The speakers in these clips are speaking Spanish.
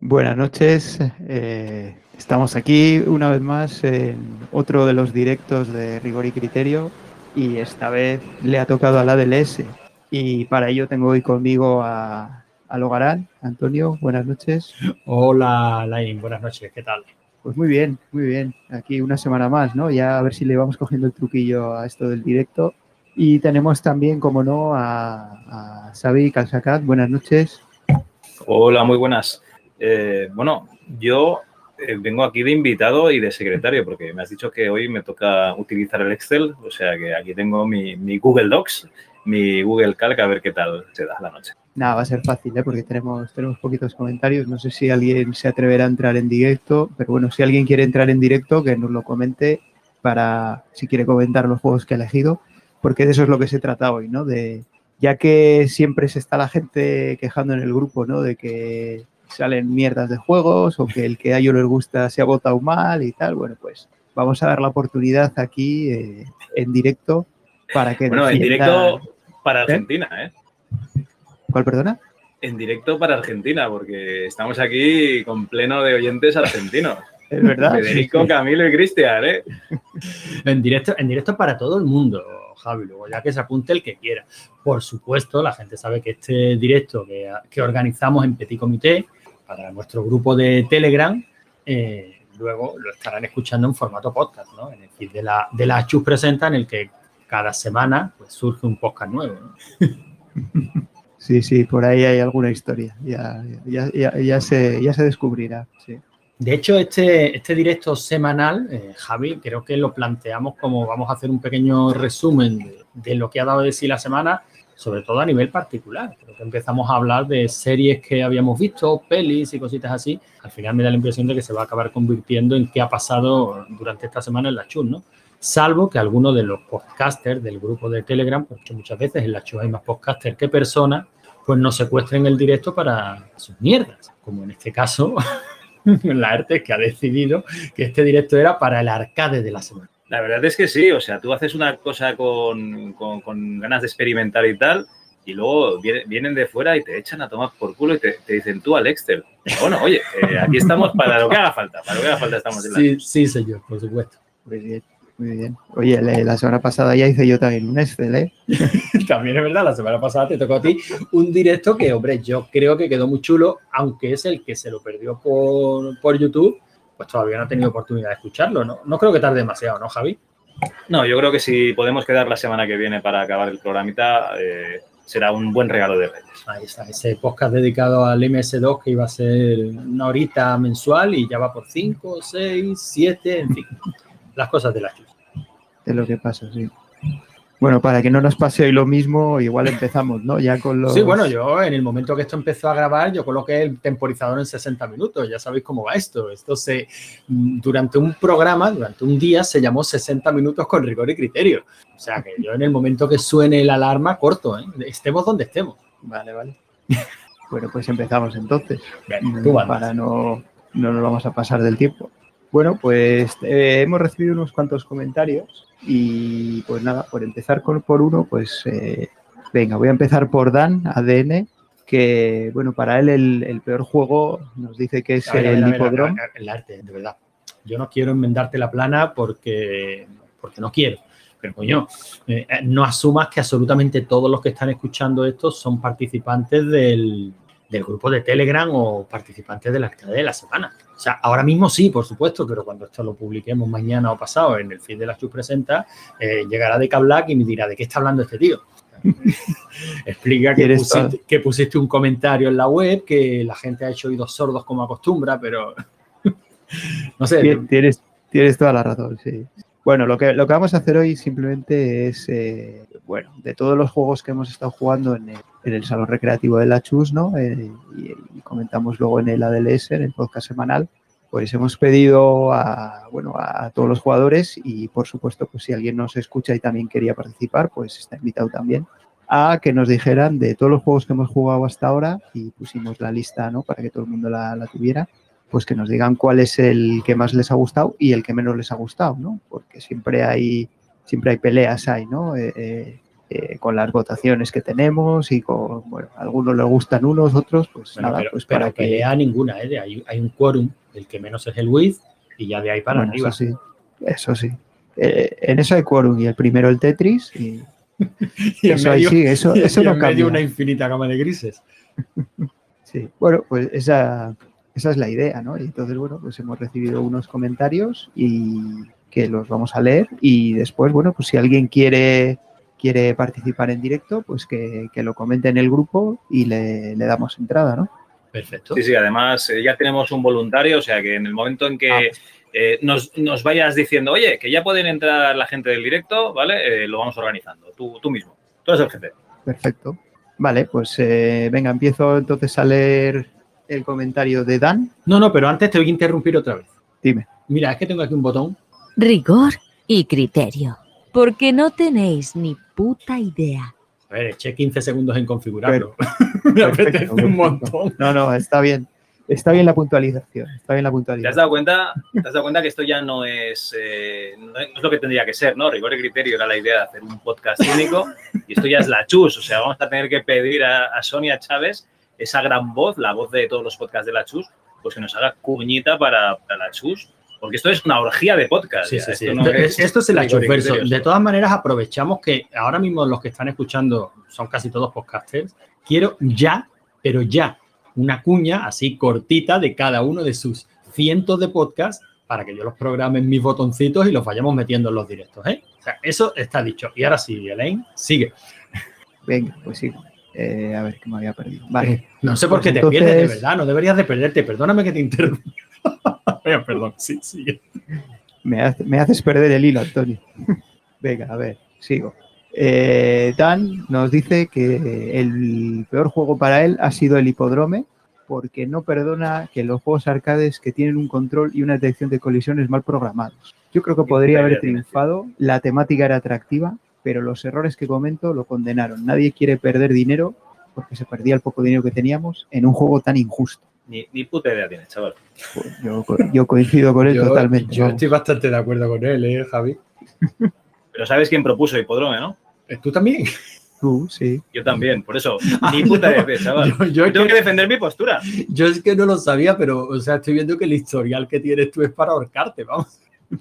Buenas noches, estamos aquí una vez más en otro de los directos de Rigor y Criterio y esta vez le ha tocado a la ADLS y para ello tengo hoy conmigo a Logarán. Antonio, buenas noches. Hola, Lain, buenas noches, ¿qué tal? Pues muy bien, aquí una semana más, ¿no? Ya a ver si le vamos cogiendo el truquillo a esto del directo y tenemos también, como no, a Xavi Calzacat, buenas noches. Hola, muy buenas. Yo vengo aquí de invitado y de secretario porque me has dicho que hoy me toca utilizar el Excel, o sea que aquí tengo mi Google Docs, mi Google Calc, a ver qué tal se da la noche. Nada, va a ser fácil, porque tenemos poquitos comentarios. No sé si alguien se atreverá a entrar en directo, pero bueno, si alguien quiere entrar en directo, que nos lo comente para si quiere comentar los juegos que ha elegido, porque de eso es lo que se trata hoy, ¿no? Ya que siempre se está la gente quejando en el grupo, ¿no? De que salen mierdas de juegos o que el que a ellos les gusta se ha votado mal y tal. Bueno, pues vamos a dar la oportunidad aquí en directo para que Bueno, en directo para Argentina, ¿eh? ¿Cuál, perdona? En directo para Argentina, porque estamos aquí con pleno de oyentes argentinos. Es verdad. Federico, sí. Camilo y Cristian, ¿eh? En directo para todo el mundo, Javi, luego ya que se apunte el que quiera. Por supuesto, la gente sabe que este directo que organizamos en Petit Comité para nuestro grupo de Telegram, luego lo estarán escuchando en formato podcast, ¿no? En el feed de la Chus Presenta, en el que cada semana pues, surge un podcast nuevo, ¿no? Sí, por ahí hay alguna historia. Ya se descubrirá, sí. De hecho, este directo semanal, Javi, creo que lo planteamos como vamos a hacer un pequeño resumen de lo que ha dado de sí la semana, sobre todo a nivel particular. Creo que empezamos a hablar de series que habíamos visto, pelis y cositas así. Al final me da la impresión de que se va a acabar convirtiendo en qué ha pasado durante esta semana en la Chus, ¿no? Salvo que algunos de los podcasters del grupo de Telegram, porque muchas veces en la Chus hay más podcasters que personas, pues nos secuestren el directo para sus mierdas, como en este caso la Artes, que ha decidido que este directo era para el arcade de la semana. La verdad es que sí, o sea, tú haces una cosa con ganas de experimentar y tal, y luego vienen de fuera y te echan a tomar por culo y te dicen tú al Excel. Bueno, oye, aquí estamos para lo que haga falta, estamos en la... Sí, señor, por supuesto. Muy bien. Oye, la semana pasada ya hice yo también un Excel, ¿eh? También es verdad, la semana pasada te tocó a ti un directo que, hombre, yo creo que quedó muy chulo, aunque es el que se lo perdió por YouTube, pues todavía no ha tenido oportunidad de escucharlo, ¿no? No creo que tarde demasiado, ¿no, Javi? No, yo creo que si podemos quedar la semana que viene para acabar el programita, será un buen regalo de Reyes. Ahí está, ese podcast dedicado al MS2 que iba a ser una horita mensual y ya va por 5, 6, 7, en fin, las cosas de la Chus. Es lo que pasa, sí. Bueno, para que no nos pase hoy lo mismo, igual empezamos, ¿no? Ya con los... Sí, bueno, yo en el momento que esto empezó a grabar, yo coloqué el temporizador en 60 minutos. Ya sabéis cómo va esto. Esto durante un programa, durante un día, se llamó 60 minutos con rigor y criterio. O sea, que yo en el momento que suene la alarma, corto, ¿eh? Estemos donde estemos. Vale. Bueno, pues empezamos entonces. Bien, tú vas. Para no nos vamos a pasar del tiempo. Bueno, pues hemos recibido unos cuantos comentarios y pues nada, por empezar por uno, pues venga, voy a empezar por Dan, ADN, que bueno, para él el peor juego nos dice que es el Hippodrome. El arte, de verdad. Yo no quiero enmendarte la plana porque no quiero. Pero, coño, no asumas que absolutamente todos los que están escuchando esto son participantes del grupo de Telegram o participantes del arcade de la semana. O sea, ahora mismo sí, por supuesto, pero cuando esto lo publiquemos mañana o pasado en el feed de la Chus Presenta, llegará de Black y me dirá, ¿de qué está hablando este tío? Explica que pusiste un comentario en la web, que la gente ha hecho oídos sordos como acostumbra, pero no sé. Tienes toda la razón, sí. Bueno, lo que vamos a hacer hoy simplemente es, de todos los juegos que hemos estado jugando en el Salón Recreativo de la Chus, ¿no? Y comentamos luego en el ADLS, en el podcast semanal, pues hemos pedido a todos los jugadores y, por supuesto, pues si alguien nos escucha y también quería participar, pues está invitado también a que nos dijeran de todos los juegos que hemos jugado hasta ahora y pusimos la lista, ¿no? Para que todo el mundo la tuviera. Pues que nos digan cuál es el que más les ha gustado y el que menos les ha gustado, ¿no? Porque siempre hay peleas ahí, ¿no? con las votaciones que tenemos y con, bueno, a algunos les gustan unos, otros, pues bueno, nada, pero, pues pero para que... pelea ninguna, ¿eh? Hay un quórum, el que menos es el Wiz, y ya de ahí para Bueno, arriba. eso sí. En eso hay quórum y el primero el Tetris y Y en eso ahí medio, sí, eso y no en medio cambia. una infinita gama de grises. Sí, bueno, pues esa es la idea, ¿no? Y entonces, bueno, pues hemos recibido unos comentarios y que los vamos a leer y después, bueno, pues si alguien quiere participar en directo, pues que lo comente en el grupo y le damos entrada, ¿no? Perfecto. Sí, además ya tenemos un voluntario, o sea que en el momento en que nos vayas diciendo, oye, que ya pueden entrar la gente del directo, ¿vale? Lo vamos organizando, tú mismo, tú eres el jefe. Perfecto. Vale, pues venga, empiezo entonces a leer el comentario de Dan. No, pero antes te voy a interrumpir otra vez. Dime. Mira, es que tengo aquí un botón. Rigor y criterio, porque no tenéis ni puta idea. A ver, eché 15 segundos en configurarlo. Me apetece un montón. No, está bien. Está bien la puntualización. ¿Te has dado cuenta que esto ya no es lo que tendría que ser, ¿no? Rigor y criterio era la idea de hacer un podcast único y esto ya es la Chus. O sea, vamos a tener que pedir a Sonia Chávez, esa gran voz, la voz de todos los podcasts de la Chus, pues que nos haga cuñita para la Chus. Porque esto es una orgía de podcast. Sí. Esto es el Achusverso. De todas maneras, aprovechamos que ahora mismo los que están escuchando son casi todos podcasters. Quiero pero ya, una cuña así cortita de cada uno de sus cientos de podcasts para que yo los programe en mis botoncitos y los vayamos metiendo en los directos, ¿eh? O sea, eso está dicho. Y ahora sí, Elaine, sigue. Venga, pues sigo. A ver, que me había perdido. Vale. No sé por qué te pierdes, de verdad. No deberías de perderte. Perdóname que te interrumpa. Perdón, sí, sigue. Me haces perder el hilo, Antonio. Venga, a ver, sigo. Dan nos dice que el peor juego para él ha sido el Hipodrome porque no perdona que los juegos arcades que tienen un control y una detección de colisiones mal programados. Yo creo que podría haber triunfado, la temática era atractiva, pero los errores que comento lo condenaron. Nadie quiere perder dinero porque se perdía el poco dinero que teníamos en un juego tan injusto. Ni puta idea tienes, chaval. Pues yo coincido con él totalmente. Yo estoy bastante de acuerdo con él, Javi. Pero ¿sabes quién propuso Hipodrome, no? ¿Tú también? Tú, sí. Yo también, por eso. Ni puta idea, chaval. Yo tengo que defender mi postura. Yo es que no lo sabía, pero, o sea, estoy viendo que el historial que tienes tú es para ahorcarte, vamos.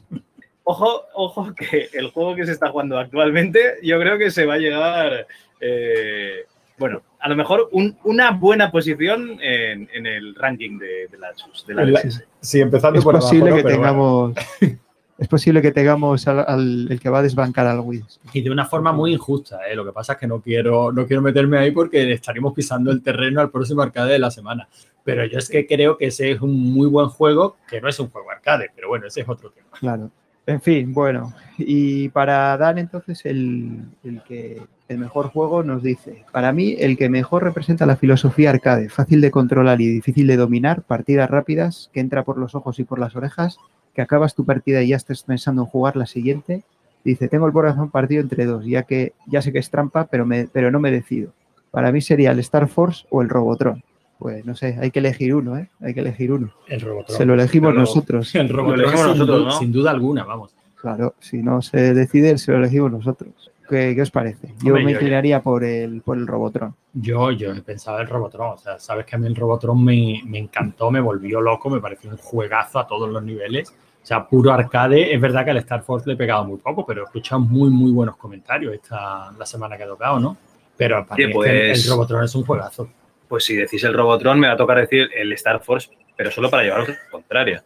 Ojo, que el juego que se está jugando actualmente, yo creo que se va a llegar, bueno, a lo mejor una buena posición en el ranking de la Chus, de la LS. Sí, empezando es por posible abajo, que ¿no? tengamos... Es posible que tengamos el que va a desbancar al Wiz. Y de una forma muy injusta, ¿eh? Lo que pasa es que no quiero meterme ahí porque estaríamos pisando el terreno al próximo arcade de la semana. Pero yo es que creo que ese es un muy buen juego, que no es un juego arcade, pero bueno, ese es otro tema. Claro. En fin, bueno. Y para Dan, entonces, el mejor juego nos dice: para mí, el que mejor representa la filosofía arcade, fácil de controlar y difícil de dominar, partidas rápidas, que entra por los ojos y por las orejas, que acabas tu partida y ya estás pensando en jugar la siguiente. Dice: tengo el corazón partido entre dos, ya sé que es trampa, pero no me decido. Para mí sería el Star Force o el Robotron. Pues no sé, hay que elegir uno, ¿eh? Hay que elegir uno. El Robotron. Se lo elegimos nosotros. El Robotron, sin duda alguna, vamos. Claro, si no se decide, se lo elegimos nosotros. ¿Qué os parece? Yo me inclinaría por el Robotron. Yo he pensado en el Robotron. O sea, sabes que a mí el Robotron me encantó, me volvió loco, me pareció un juegazo a todos los niveles. O sea, puro arcade. Es verdad que al Star Force le he pegado muy poco, pero he escuchado muy, muy buenos comentarios la semana que ha tocado, ¿no? Pero para mí el Robotron es un juegazo. Pues si decís el Robotron, me va a tocar decir el Star Force, pero solo para llevaros a la contraria.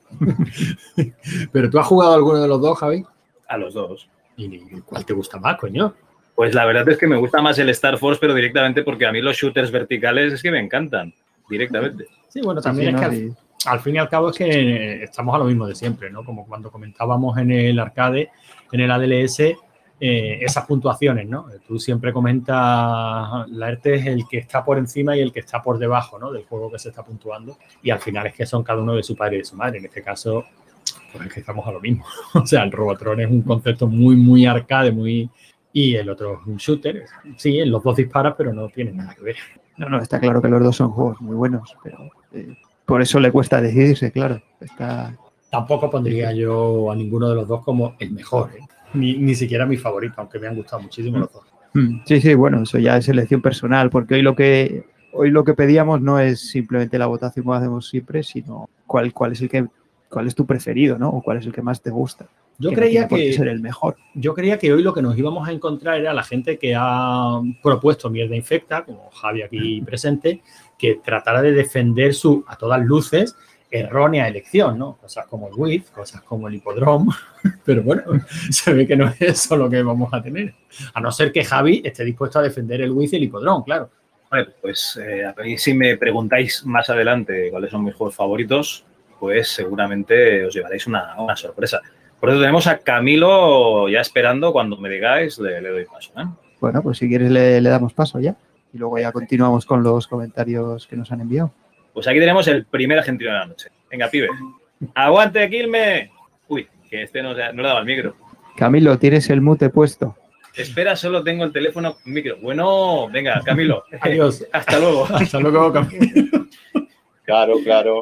¿Pero tú has jugado alguno de los dos, Javi? A los dos. ¿Y cuál te gusta más, coño? Pues la verdad es que me gusta más el Star Force, pero directamente porque a mí los shooters verticales es que me encantan, directamente. Sí, bueno, también es que al fin y al cabo es que estamos a lo mismo de siempre, ¿no? Como cuando comentábamos en el arcade, en el ADLS, esas puntuaciones, ¿no? Tú siempre comentas, Laerte es el que está por encima y el que está por debajo, ¿no? Del juego que se está puntuando, y al final es que son cada uno de su padre y de su madre. En este caso, pues es que estamos a lo mismo. O sea, el Robotron es un concepto muy, muy arcade, y el otro es un shooter. Sí, los dos disparan, pero no tienen nada que ver. No, está claro que los dos son juegos muy buenos, pero por eso le cuesta decidirse, claro. Tampoco pondría yo a ninguno de los dos como el mejor, ¿eh? Ni siquiera mi favorito, aunque me han gustado muchísimo los dos. Sí, bueno, eso ya es elección personal, porque hoy lo que pedíamos no es simplemente la votación como hacemos siempre, sino cuál es tu preferido, ¿no? O cuál es el que más te gusta. Yo que no creía tiene por qué ser el mejor. Yo creía que hoy lo que nos íbamos a encontrar era la gente que ha propuesto Mierda Infecta, como Javi aquí presente, que tratara de defender su, a todas luces, errónea elección, ¿no? Cosas como el WIF, cosas como el hipódromo, pero bueno, se ve que no es eso lo que vamos a tener. A no ser que Javi esté dispuesto a defender el WIF y el hipódromo, claro. Bueno, pues a mí si me preguntáis más adelante cuáles son mis juegos favoritos, pues seguramente os llevaréis una sorpresa. Por eso tenemos a Camilo ya esperando. Cuando me digáis, le doy paso, ¿eh? Bueno, pues si quieres le damos paso ya. Y luego ya continuamos con los comentarios que nos han enviado. Pues aquí tenemos el primer argentino de la noche. Venga, pibe. ¡Aguante, Quilme! Uy, que este no le ha dado el micro. Camilo, tienes el mute puesto. Espera, solo tengo el teléfono con micro. Bueno, venga, Camilo. Adiós. Hasta luego. Hasta luego, Camilo. Claro.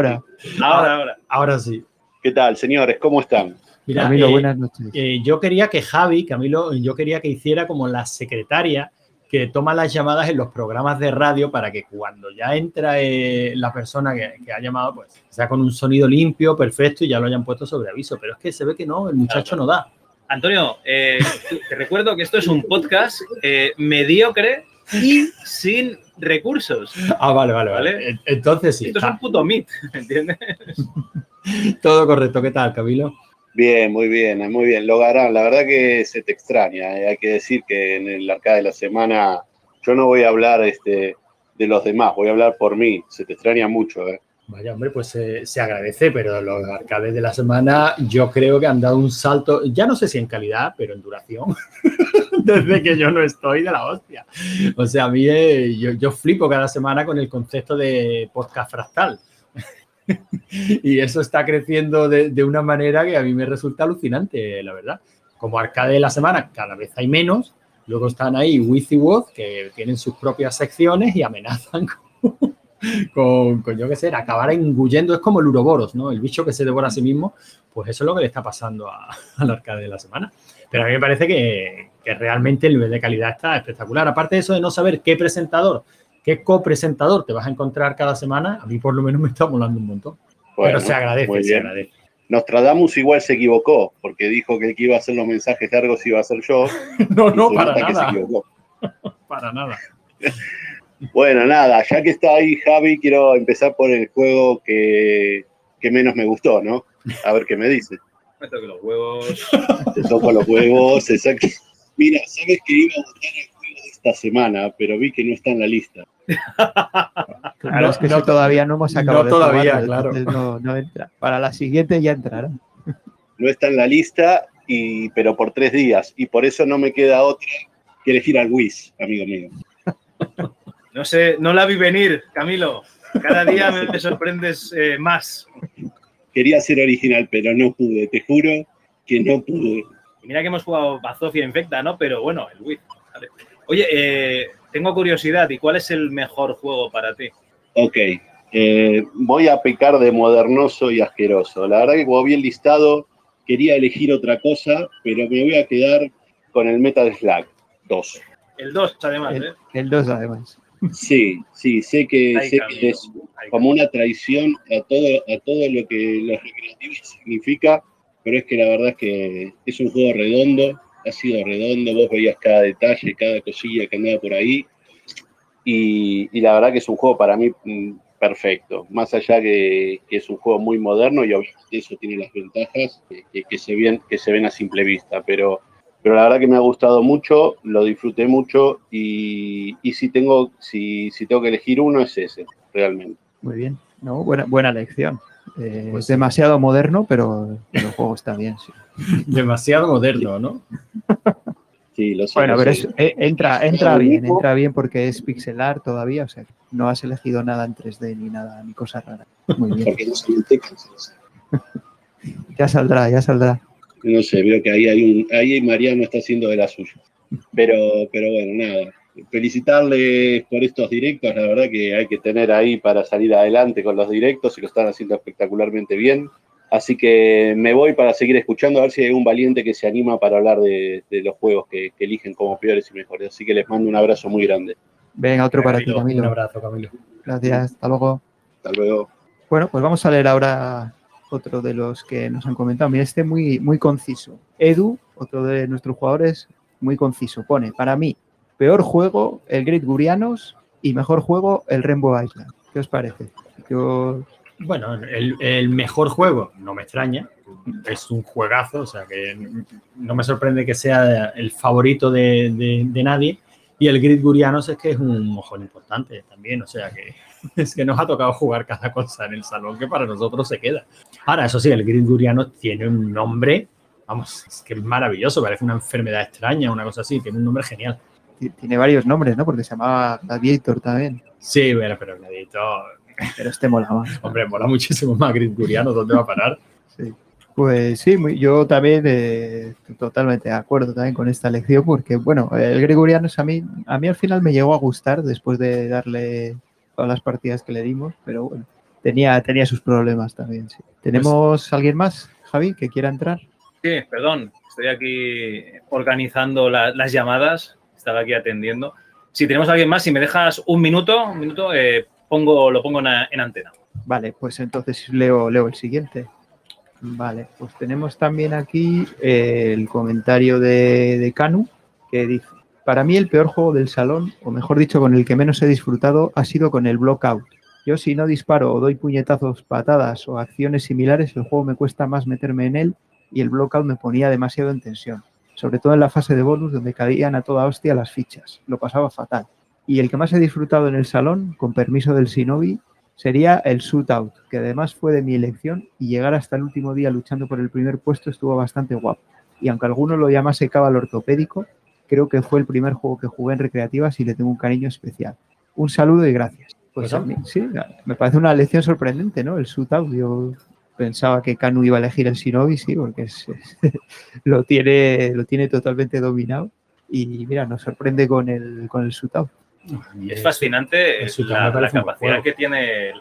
Ahora sí. ¿Qué tal, señores? ¿Cómo están? Mira, Camilo, buenas noches. Yo quería que Javi, Camilo, yo quería que hiciera como la secretaria que toma las llamadas en los programas de radio para que cuando ya entra la persona que ha llamado, pues sea con un sonido limpio, perfecto y ya lo hayan puesto sobre aviso. Pero es que se ve que no, el muchacho no da. Antonio, te recuerdo que esto es un podcast mediocre y sin recursos. Ah, vale. Entonces sí. Esto es un puto Meet, ¿entiendes? Todo correcto. ¿Qué tal, Camilo? Bien, muy bien. Logarán, la verdad que se te extraña. Hay que decir que en el Arcade de la Semana yo no voy a hablar de los demás, voy a hablar por mí. Se te extraña mucho, ¿eh? Vaya, hombre, pues se agradece, pero los arcades de la semana yo creo que han dado un salto, ya no sé si en calidad, pero en duración, desde que yo no estoy de la hostia. O sea, a mí yo flipo cada semana con el concepto de podcast fractal. Y eso está creciendo de una manera que a mí me resulta alucinante, la verdad. Como arcade de la semana cada vez hay menos, luego están ahí Wiz y Woz, que tienen sus propias secciones y amenazan con yo qué sé, acabar engullendo. Es como el Uroboros, ¿no? El bicho que se devora a sí mismo, pues eso es lo que le está pasando al arcade de la semana. Pero a mí me parece que realmente el nivel de calidad está espectacular. Aparte de eso de no saber qué presentador, qué copresentador te vas a encontrar cada semana, a mí por lo menos me está molando un montón. Bueno, pero se agradece. Nostradamus igual se equivocó, porque dijo que el que iba a hacer los mensajes largos iba a ser yo. No, para nada. Que se equivocó. Para nada. Bueno, nada, ya que está ahí Javi, quiero empezar por el juego que menos me gustó, ¿no? A ver qué me dice. Me toco los huevos. Te toco los huevos, exacto. Mira, sabes que iba a votar el juego de esta semana, pero vi que no está en la lista. Claro, es que eso todavía no hemos acabado de todavía, jugarlo, claro. No entra. Para la siguiente ya entrará. No está en la lista, pero por 3 días. Y por eso no me queda otra que elegir al Wiz, amigo mío. No sé, no la vi venir, Camilo. Cada día me sorprendes más. Quería ser original, pero no pude. Te juro que no pude. Mira que hemos jugado Bazofia Infecta, ¿no? Pero bueno, el Wii. Vale. Oye, tengo curiosidad. ¿Y cuál es el mejor juego para ti? Ok. Voy a pecar de modernoso y asqueroso. La verdad que como bien listado, quería elegir otra cosa, pero me voy a quedar con el Metal Slug 2. El 2, además, El 2, además. Sí, sé que es como una traición a todo lo que los recreativos significa, pero es que la verdad es que es un juego redondo, ha sido redondo, vos veías cada detalle, cada cosilla que andaba por ahí, y la verdad que es un juego para mí perfecto, más allá que es un juego muy moderno y obviamente eso tiene las ventajas que se ven a simple vista, pero la verdad que me ha gustado mucho, lo disfruté mucho y si tengo que elegir uno es ese, realmente. Muy bien, no, buena elección. Pues sí. Demasiado moderno, pero el juego está bien, sí. Demasiado moderno, ¿no? Sí, lo sé. Bueno, lo pero sé. entra bien porque es pixelar todavía, o sea, no has elegido nada en 3D ni nada, ni cosas raras. Muy bien. Porque no se mantecan. Ya saldrá. No sé, veo que ahí Mariano está haciendo de la suya. Pero bueno, nada. Felicitarles por estos directos, la verdad que hay que tener ahí para salir adelante con los directos y lo están haciendo espectacularmente bien. Así que me voy para seguir escuchando, a ver si hay un valiente que se anima para hablar de los juegos que eligen como peores y mejores. Así que les mando un abrazo muy grande. Venga, otro para ti, Camilo. Un abrazo, Camilo. Gracias, hasta luego. Hasta luego. Bueno, pues vamos a leer ahora otro de los que nos han comentado. Mira, muy, muy conciso. Edu, otro de nuestros jugadores, muy conciso. Pone, para mí, peor juego, el Great Gurianos, y mejor juego, el Rainbow Island. ¿Qué os parece? Bueno, el mejor juego, no me extraña, es un juegazo, o sea que no me sorprende que sea el favorito de nadie. Y el Grid Gurianos es que es un mojón importante también, o sea que es que nos ha tocado jugar cada cosa en el salón que para nosotros se queda. Ahora, eso sí, el Grid Gurianos tiene un nombre, vamos, es que es maravilloso, parece una enfermedad extraña, una cosa así, tiene un nombre genial. Tiene varios nombres, ¿no? Porque se llamaba Gladiator también. Sí, bueno, pero Gladiator... Pero este mola más. Hombre, mola muchísimo más Grid Gurianos, ¿dónde va a parar? Sí. Pues sí, yo también totalmente de acuerdo también con esta lección porque, bueno, el Gregorianos a mí al final me llegó a gustar después de darle todas las partidas que le dimos, pero bueno, tenía sus problemas también, sí. ¿Tenemos alguien más, Javi, que quiera entrar? Sí, perdón, estoy aquí organizando las llamadas, estaba aquí atendiendo. Si tenemos a alguien más, si me dejas un minuto, lo pongo en antena. Vale, pues entonces leo el siguiente. Vale, pues tenemos también aquí el comentario de Canu, que dice, para mí el peor juego del salón, o mejor dicho, con el que menos he disfrutado, ha sido con el Blockout. Yo si no disparo o doy puñetazos, patadas o acciones similares, el juego me cuesta más meterme en él y el Blockout me ponía demasiado en tensión, sobre todo en la fase de bonus donde caían a toda hostia las fichas. Lo pasaba fatal. Y el que más he disfrutado en el salón, con permiso del Shinobi, sería el Shootout, que además fue de mi elección y llegar hasta el último día luchando por el primer puesto estuvo bastante guapo. Y aunque alguno lo llamase Cabal ortopédico, creo que fue el primer juego que jugué en recreativas y le tengo un cariño especial. Un saludo y gracias. Pues a mí, sí, me parece una elección sorprendente, ¿no? El Shootout. Yo pensaba que Canu iba a elegir el Shinobi, sí, porque lo tiene totalmente dominado. Y mira, nos sorprende con el Shootout. Es fascinante la capacidad que tiene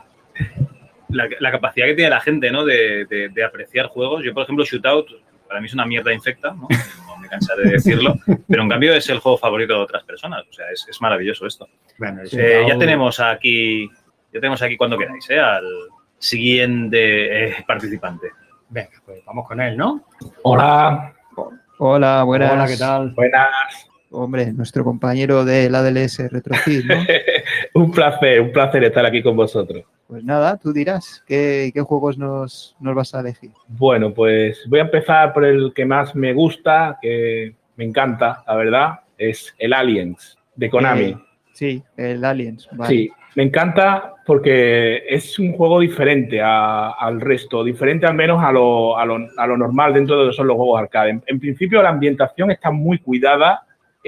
la capacidad que tiene la gente, ¿no? de apreciar juegos. Yo, por ejemplo, Shootout para mí es una mierda infecta, ¿no? No me cansaré de decirlo, pero en cambio es el juego favorito de otras personas. O sea, es maravilloso esto. Bueno, ya tenemos aquí cuando queráis, al siguiente participante. Venga, pues vamos con él, ¿no? Hola. Hola, buenas. Hola, ¿qué tal? Buenas. Hombre, nuestro compañero de la ADLS Retrofit, ¿no? un placer estar aquí con vosotros. Pues nada, tú dirás, ¿qué juegos nos vas a elegir? Bueno, pues voy a empezar por el que más me gusta, que me encanta, la verdad, es el Aliens, de Konami. Sí, el Aliens. Vale. Sí, me encanta porque es un juego diferente al resto, diferente al menos a lo normal dentro de lo que son los juegos arcade. En principio, la ambientación está muy cuidada.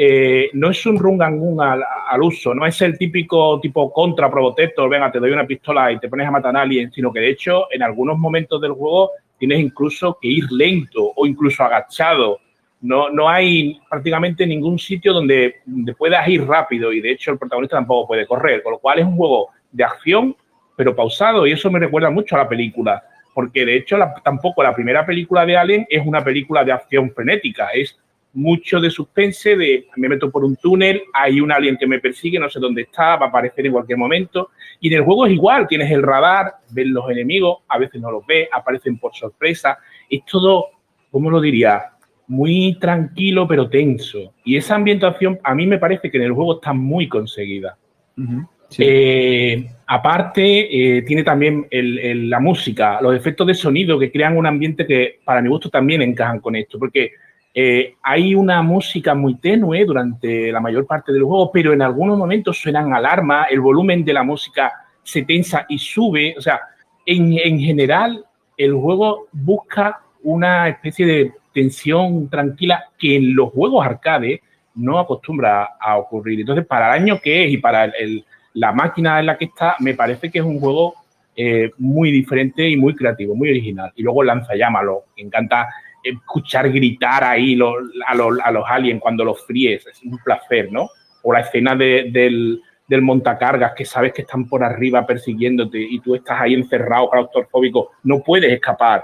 No es un run and gun al uso, no es el típico tipo Contra, Probotector, venga, te doy una pistola y te pones a matar a alguien, sino que de hecho en algunos momentos del juego tienes incluso que ir lento o incluso agachado. No hay prácticamente ningún sitio donde puedas ir rápido y de hecho el protagonista tampoco puede correr, con lo cual es un juego de acción pero pausado y eso me recuerda mucho a la película, porque de hecho tampoco la primera película de Alien es una película de acción frenética, es mucho de suspense, me meto por un túnel, hay un alien que me persigue, no sé dónde está, va a aparecer en cualquier momento. Y en el juego es igual, tienes el radar, ves los enemigos, a veces no los ves, aparecen por sorpresa. Es todo, ¿cómo lo diría? Muy tranquilo pero tenso. Y esa ambientación a mí me parece que en el juego está muy conseguida. Uh-huh. Sí. Aparte, tiene también la música, los efectos de sonido que crean un ambiente que para mi gusto también encajan con esto, porque hay una música muy tenue durante la mayor parte del juego, pero en algunos momentos suenan alarmas, el volumen de la música se tensa y sube. O sea, en general, el juego busca una especie de tensión tranquila que en los juegos arcade no acostumbra a ocurrir. Entonces, para el año que es y para la máquina en la que está, me parece que es un juego muy diferente y muy creativo, muy original. Y luego Lanzallamas, me encanta escuchar gritar ahí a los aliens cuando los fríes, es un placer, ¿no? O la escena del montacargas, que sabes que están por arriba persiguiéndote y tú estás ahí encerrado, claustrofóbico, no puedes escapar.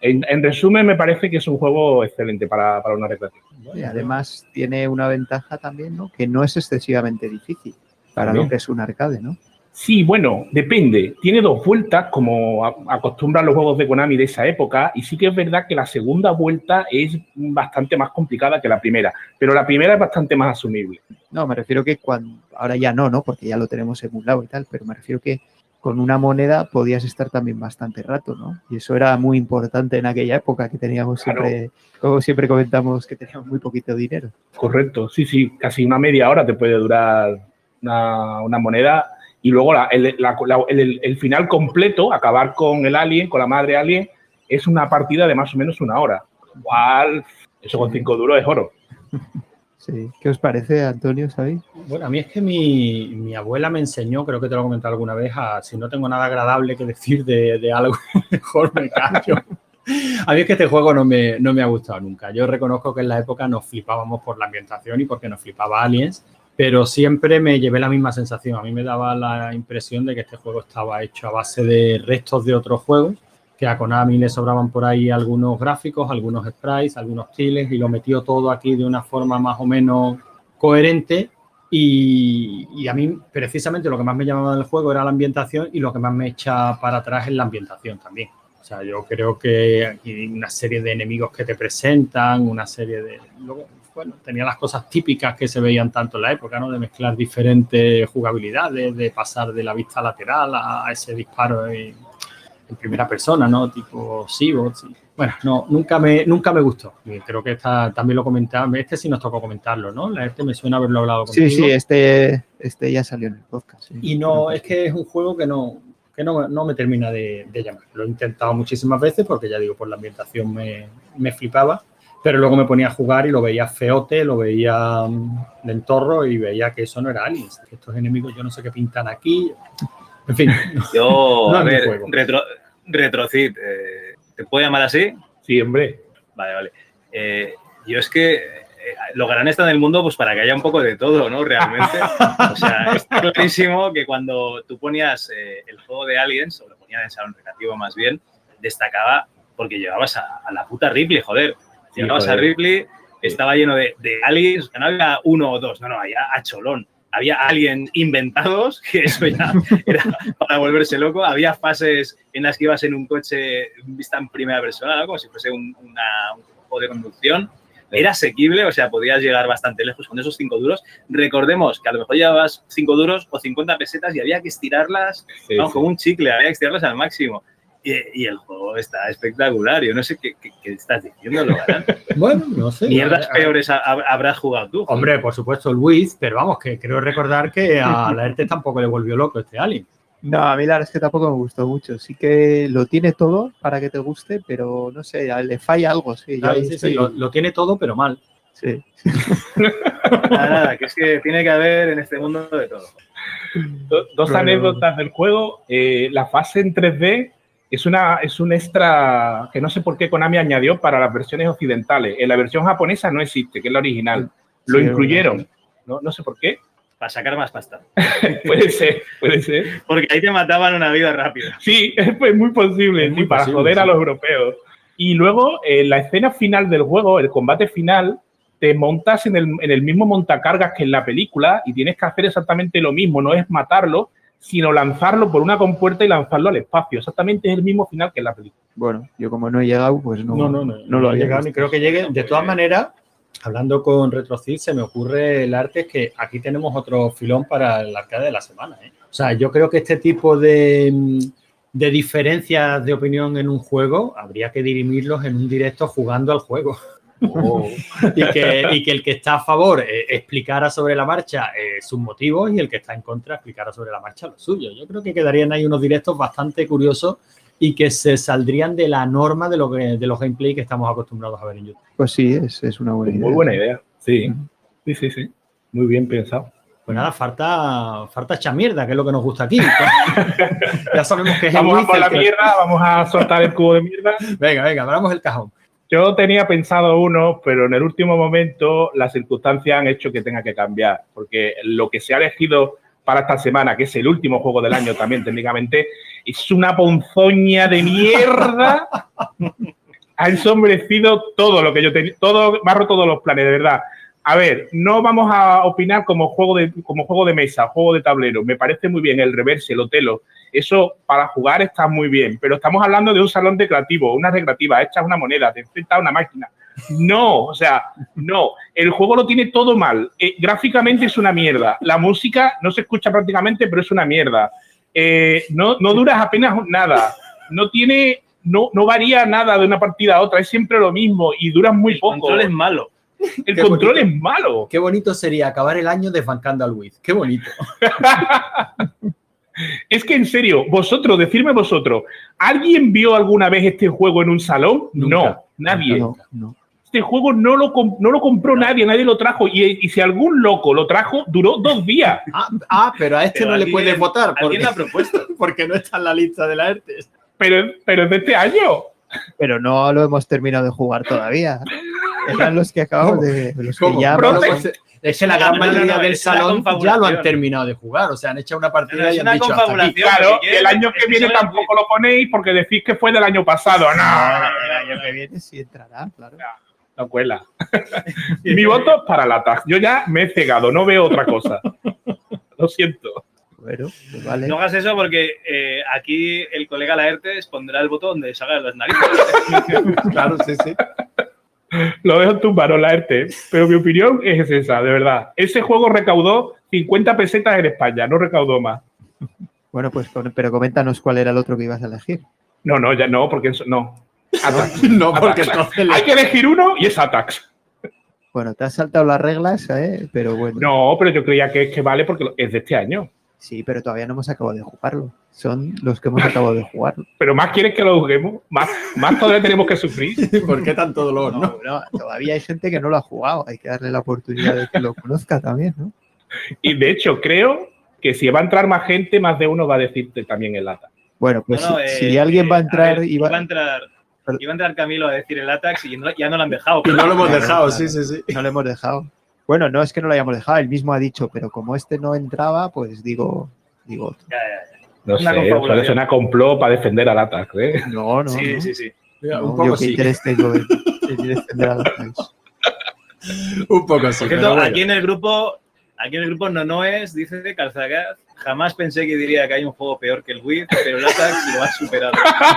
En resumen, me parece que es un juego excelente para una recreativa. Y además tiene una ventaja también, ¿no? Que no es excesivamente difícil para También. lo que es un arcade, ¿no? Sí, bueno, depende. Tiene 2 vueltas, como acostumbran los juegos de Konami de esa época, y sí que es verdad que la segunda vuelta es bastante más complicada que la primera, pero la primera es bastante más asumible. No, me refiero que ahora ya no, porque ya lo tenemos emulado y tal, pero me refiero que con una moneda podías estar también bastante rato, ¿no? Y eso era muy importante en aquella época que teníamos siempre, como siempre comentamos, que teníamos muy poquito dinero. Correcto, sí, casi una media hora te puede durar una moneda. Y luego el final completo, acabar con el alien, con la madre alien, es una partida de más o menos 1 hora. Igual, eso con 5 duros es oro. Sí. ¿Qué os parece, Antonio, sabéis? Bueno, a mí es que mi abuela me enseñó, creo que te lo he comentado alguna vez, si no tengo nada agradable que decir de algo, mejor me callo. A mí es que este juego no me ha gustado nunca. Yo reconozco que en la época nos flipábamos por la ambientación y porque nos flipaba Aliens, pero siempre me llevé la misma sensación. A mí me daba la impresión de que este juego estaba hecho a base de restos de otros juegos, que a Konami le sobraban por ahí algunos gráficos, algunos sprites, algunos tiles, y lo metió todo aquí de una forma más o menos coherente. Y a mí, precisamente, lo que más me llamaba del juego era la ambientación, y lo que más me echa para atrás es la ambientación también. O sea, yo creo que hay una serie de enemigos que te presentan, una serie de... Bueno, tenía las cosas típicas que se veían tanto en la época, ¿no? De mezclar diferentes jugabilidades, de pasar de la vista lateral a ese disparo en primera persona, ¿no? Tipo Seabots. Bueno, no, nunca me gustó. Y creo que esta también lo comentaba. Este sí nos tocó comentarlo, ¿no? Este me suena haberlo hablado contigo. Sí, este ya salió en el podcast. Sí. Y no, es que es un juego que no me termina de llamar. Lo he intentado muchísimas veces porque, ya digo, por la ambientación me flipaba. Pero luego me ponía a jugar y lo veía feote, lo veía de entorro y veía que eso no era Aliens. Que estos enemigos yo no sé qué pintan aquí. En fin. Yo, no a ver, Retrocid, ¿te puedo llamar así? Sí, hombre. Vale. Yo es que lo grande está en el mundo pues para que haya un poco de todo, ¿no? Realmente. O sea, está clarísimo que cuando tú ponías el juego de Aliens, o lo ponías en salón recreativo más bien, destacaba porque llevabas a la puta Ripley, joder. Llegabas a Ripley, estaba lleno de aliens, no había 1 o 2, no, había a cholón. Había aliens inventados, que eso ya era para volverse loco. Había fases en las que ibas en un coche vista en primera persona, ¿no? Como si fuese un juego de conducción. Era asequible, o sea, podías llegar bastante lejos con esos 5 duros. Recordemos que a lo mejor llevabas 5 duros o 50 pesetas y había que estirarlas, como un chicle, había que estirarlas al máximo. Y el juego está espectacular. Yo no sé qué estás diciendo, Logarán. Bueno, no sé. Mierdas peores habrás jugado tú. Joder. Hombre, por supuesto, el Wiz, pero vamos, que creo recordar que a la ERTE tampoco le volvió loco este Alien. No, a mí la verdad es que tampoco me gustó mucho. Sí que lo tiene todo para que te guste, pero no sé, le falla algo. Sí, claro, sí, lo tiene todo, pero mal. Sí. Nada, que es que tiene que haber en este mundo de todo. Dos anécdotas del juego. La fase en 3D es un extra que no sé por qué Konami añadió para las versiones occidentales. En la versión japonesa no existe, que es la original. Lo incluyeron. No sé por qué. Para sacar más pasta. Puede ser. Porque ahí te mataban una vida rápida. Sí, es muy posible, sí, para joder a los europeos. Y luego, en la escena final del juego, el combate final, te montas en el mismo montacargas que en la película y tienes que hacer exactamente lo mismo. No es matarlo, sino lanzarlo por una compuerta y lanzarlo al espacio. Exactamente es el mismo final que en la película. Bueno, yo como no he llegado, pues no lo había llegado ni creo que llegue. De todas maneras, hablando con Retrocid, se me ocurre el arte que aquí tenemos otro filón para el arcade de la semana, ¿eh? O sea, yo creo que este tipo de diferencias de opinión en un juego habría que dirimirlos en un directo jugando al juego. Oh. y que el que está a favor explicara sobre la marcha sus motivos y el que está en contra explicara sobre la marcha los suyos. Yo creo que quedarían ahí unos directos bastante curiosos y que se saldrían de la norma de los gameplay que estamos acostumbrados a ver en YouTube. Pues sí, es una buena idea. Muy buena idea, sí. Muy bien pensado. Pues nada, falta echar mierda, que es lo que nos gusta aquí. Ya sabemos que es vamos a por la mierda, vamos a soltar el cubo de mierda. Venga, abramos el cajón. Yo tenía pensado uno, pero en el último momento las circunstancias han hecho que tenga que cambiar, porque lo que se ha elegido para esta semana, que es el último juego del año también técnicamente, es una ponzoña de mierda. Ha ensombrecido todo lo que yo tenía, me ha roto todos los planes, de verdad. A ver, no vamos a opinar como juego de mesa, juego de tablero. Me parece muy bien el reverse, el Otelo. Eso para jugar está muy bien, pero estamos hablando de un salón recreativo, una recreativa, echas una moneda, te enfrentas a una máquina. No, o sea, no. El juego lo tiene todo mal. Gráficamente es una mierda. La música no se escucha prácticamente, pero es una mierda. No duras apenas nada. No varía nada de una partida a otra. Es siempre lo mismo y duras muy poco. El control es malo. El control es malo. Qué bonito sería acabar el año desbancando al Wiz. Qué bonito. Es que en serio, decirme vosotros, ¿alguien vio alguna vez este juego en un salón? Nunca. No, nadie. No. Este juego no lo compró nadie lo trajo. Y si algún loco lo trajo, duró 2 días. Pero a este Pero no le puedes votar. ¿Alguien lo ha propuesto? Porque no está en la lista de la ERTES. Pero es de este año. Pero no lo hemos terminado de jugar todavía. Eran los que acabamos de... Los que ya... Es que la gran mayoría del es una salón ya confabulación. lo han terminado de jugar. O sea, han hecho una partida Es y han una dicho hasta aquí. confabulación. Claro, si y el año que viene tampoco lo ponéis porque decís que fue del año pasado. No, El año que viene sí entrará, claro. no cuela. Mi voto es para Latax. Yo ya me he cegado, no veo otra cosa. Lo siento. Bueno, pues vale. No hagas eso porque aquí el colega Laertes pondrá el botón donde salga las narices. Claro, sí. Lo dejo en tus manos, Laerte. Pero mi opinión es esa, de verdad. Ese juego recaudó 50 pesetas en España, no recaudó más. Bueno, pues pero coméntanos cuál era el otro que ibas a elegir. No, ya no, porque eso, no. Atax. No, porque Atax. entonces Hay que elegir uno y es Atax. Bueno, te has saltado las reglas, pero bueno. No, pero yo creía que vale porque es de este año. Sí, pero todavía no hemos acabado de jugarlo. Son los que hemos acabado de jugar. Pero más quieres que lo juguemos, más todavía tenemos que sufrir. ¿Por qué tanto dolor, no? No, todavía hay gente que no lo ha jugado. Hay que darle la oportunidad de que lo conozca también, ¿no? Y de hecho, creo que si va a entrar más gente, más de uno va a decirte también el Atax. Bueno, pues si alguien va a entrar... Iba a entrar Camilo a decir el Atax y ya no lo han dejado. Y no lo hemos dejado, sí. No lo hemos dejado. Bueno, no es que no lo hayamos dejado, él mismo ha dicho, pero como este no entraba, pues digo otro. Ya. No Una sé, confabulación. eso suena complot para defender al Atax, ¿eh? No. Sí. No, Un poco yo qué sí. interés tengo en defender a los países. Un poco sí. Por cierto, aquí en el grupo Nonoes dice de Calzagaz, jamás pensé que diría que hay un juego peor que el Wii, pero el Atax lo ha superado.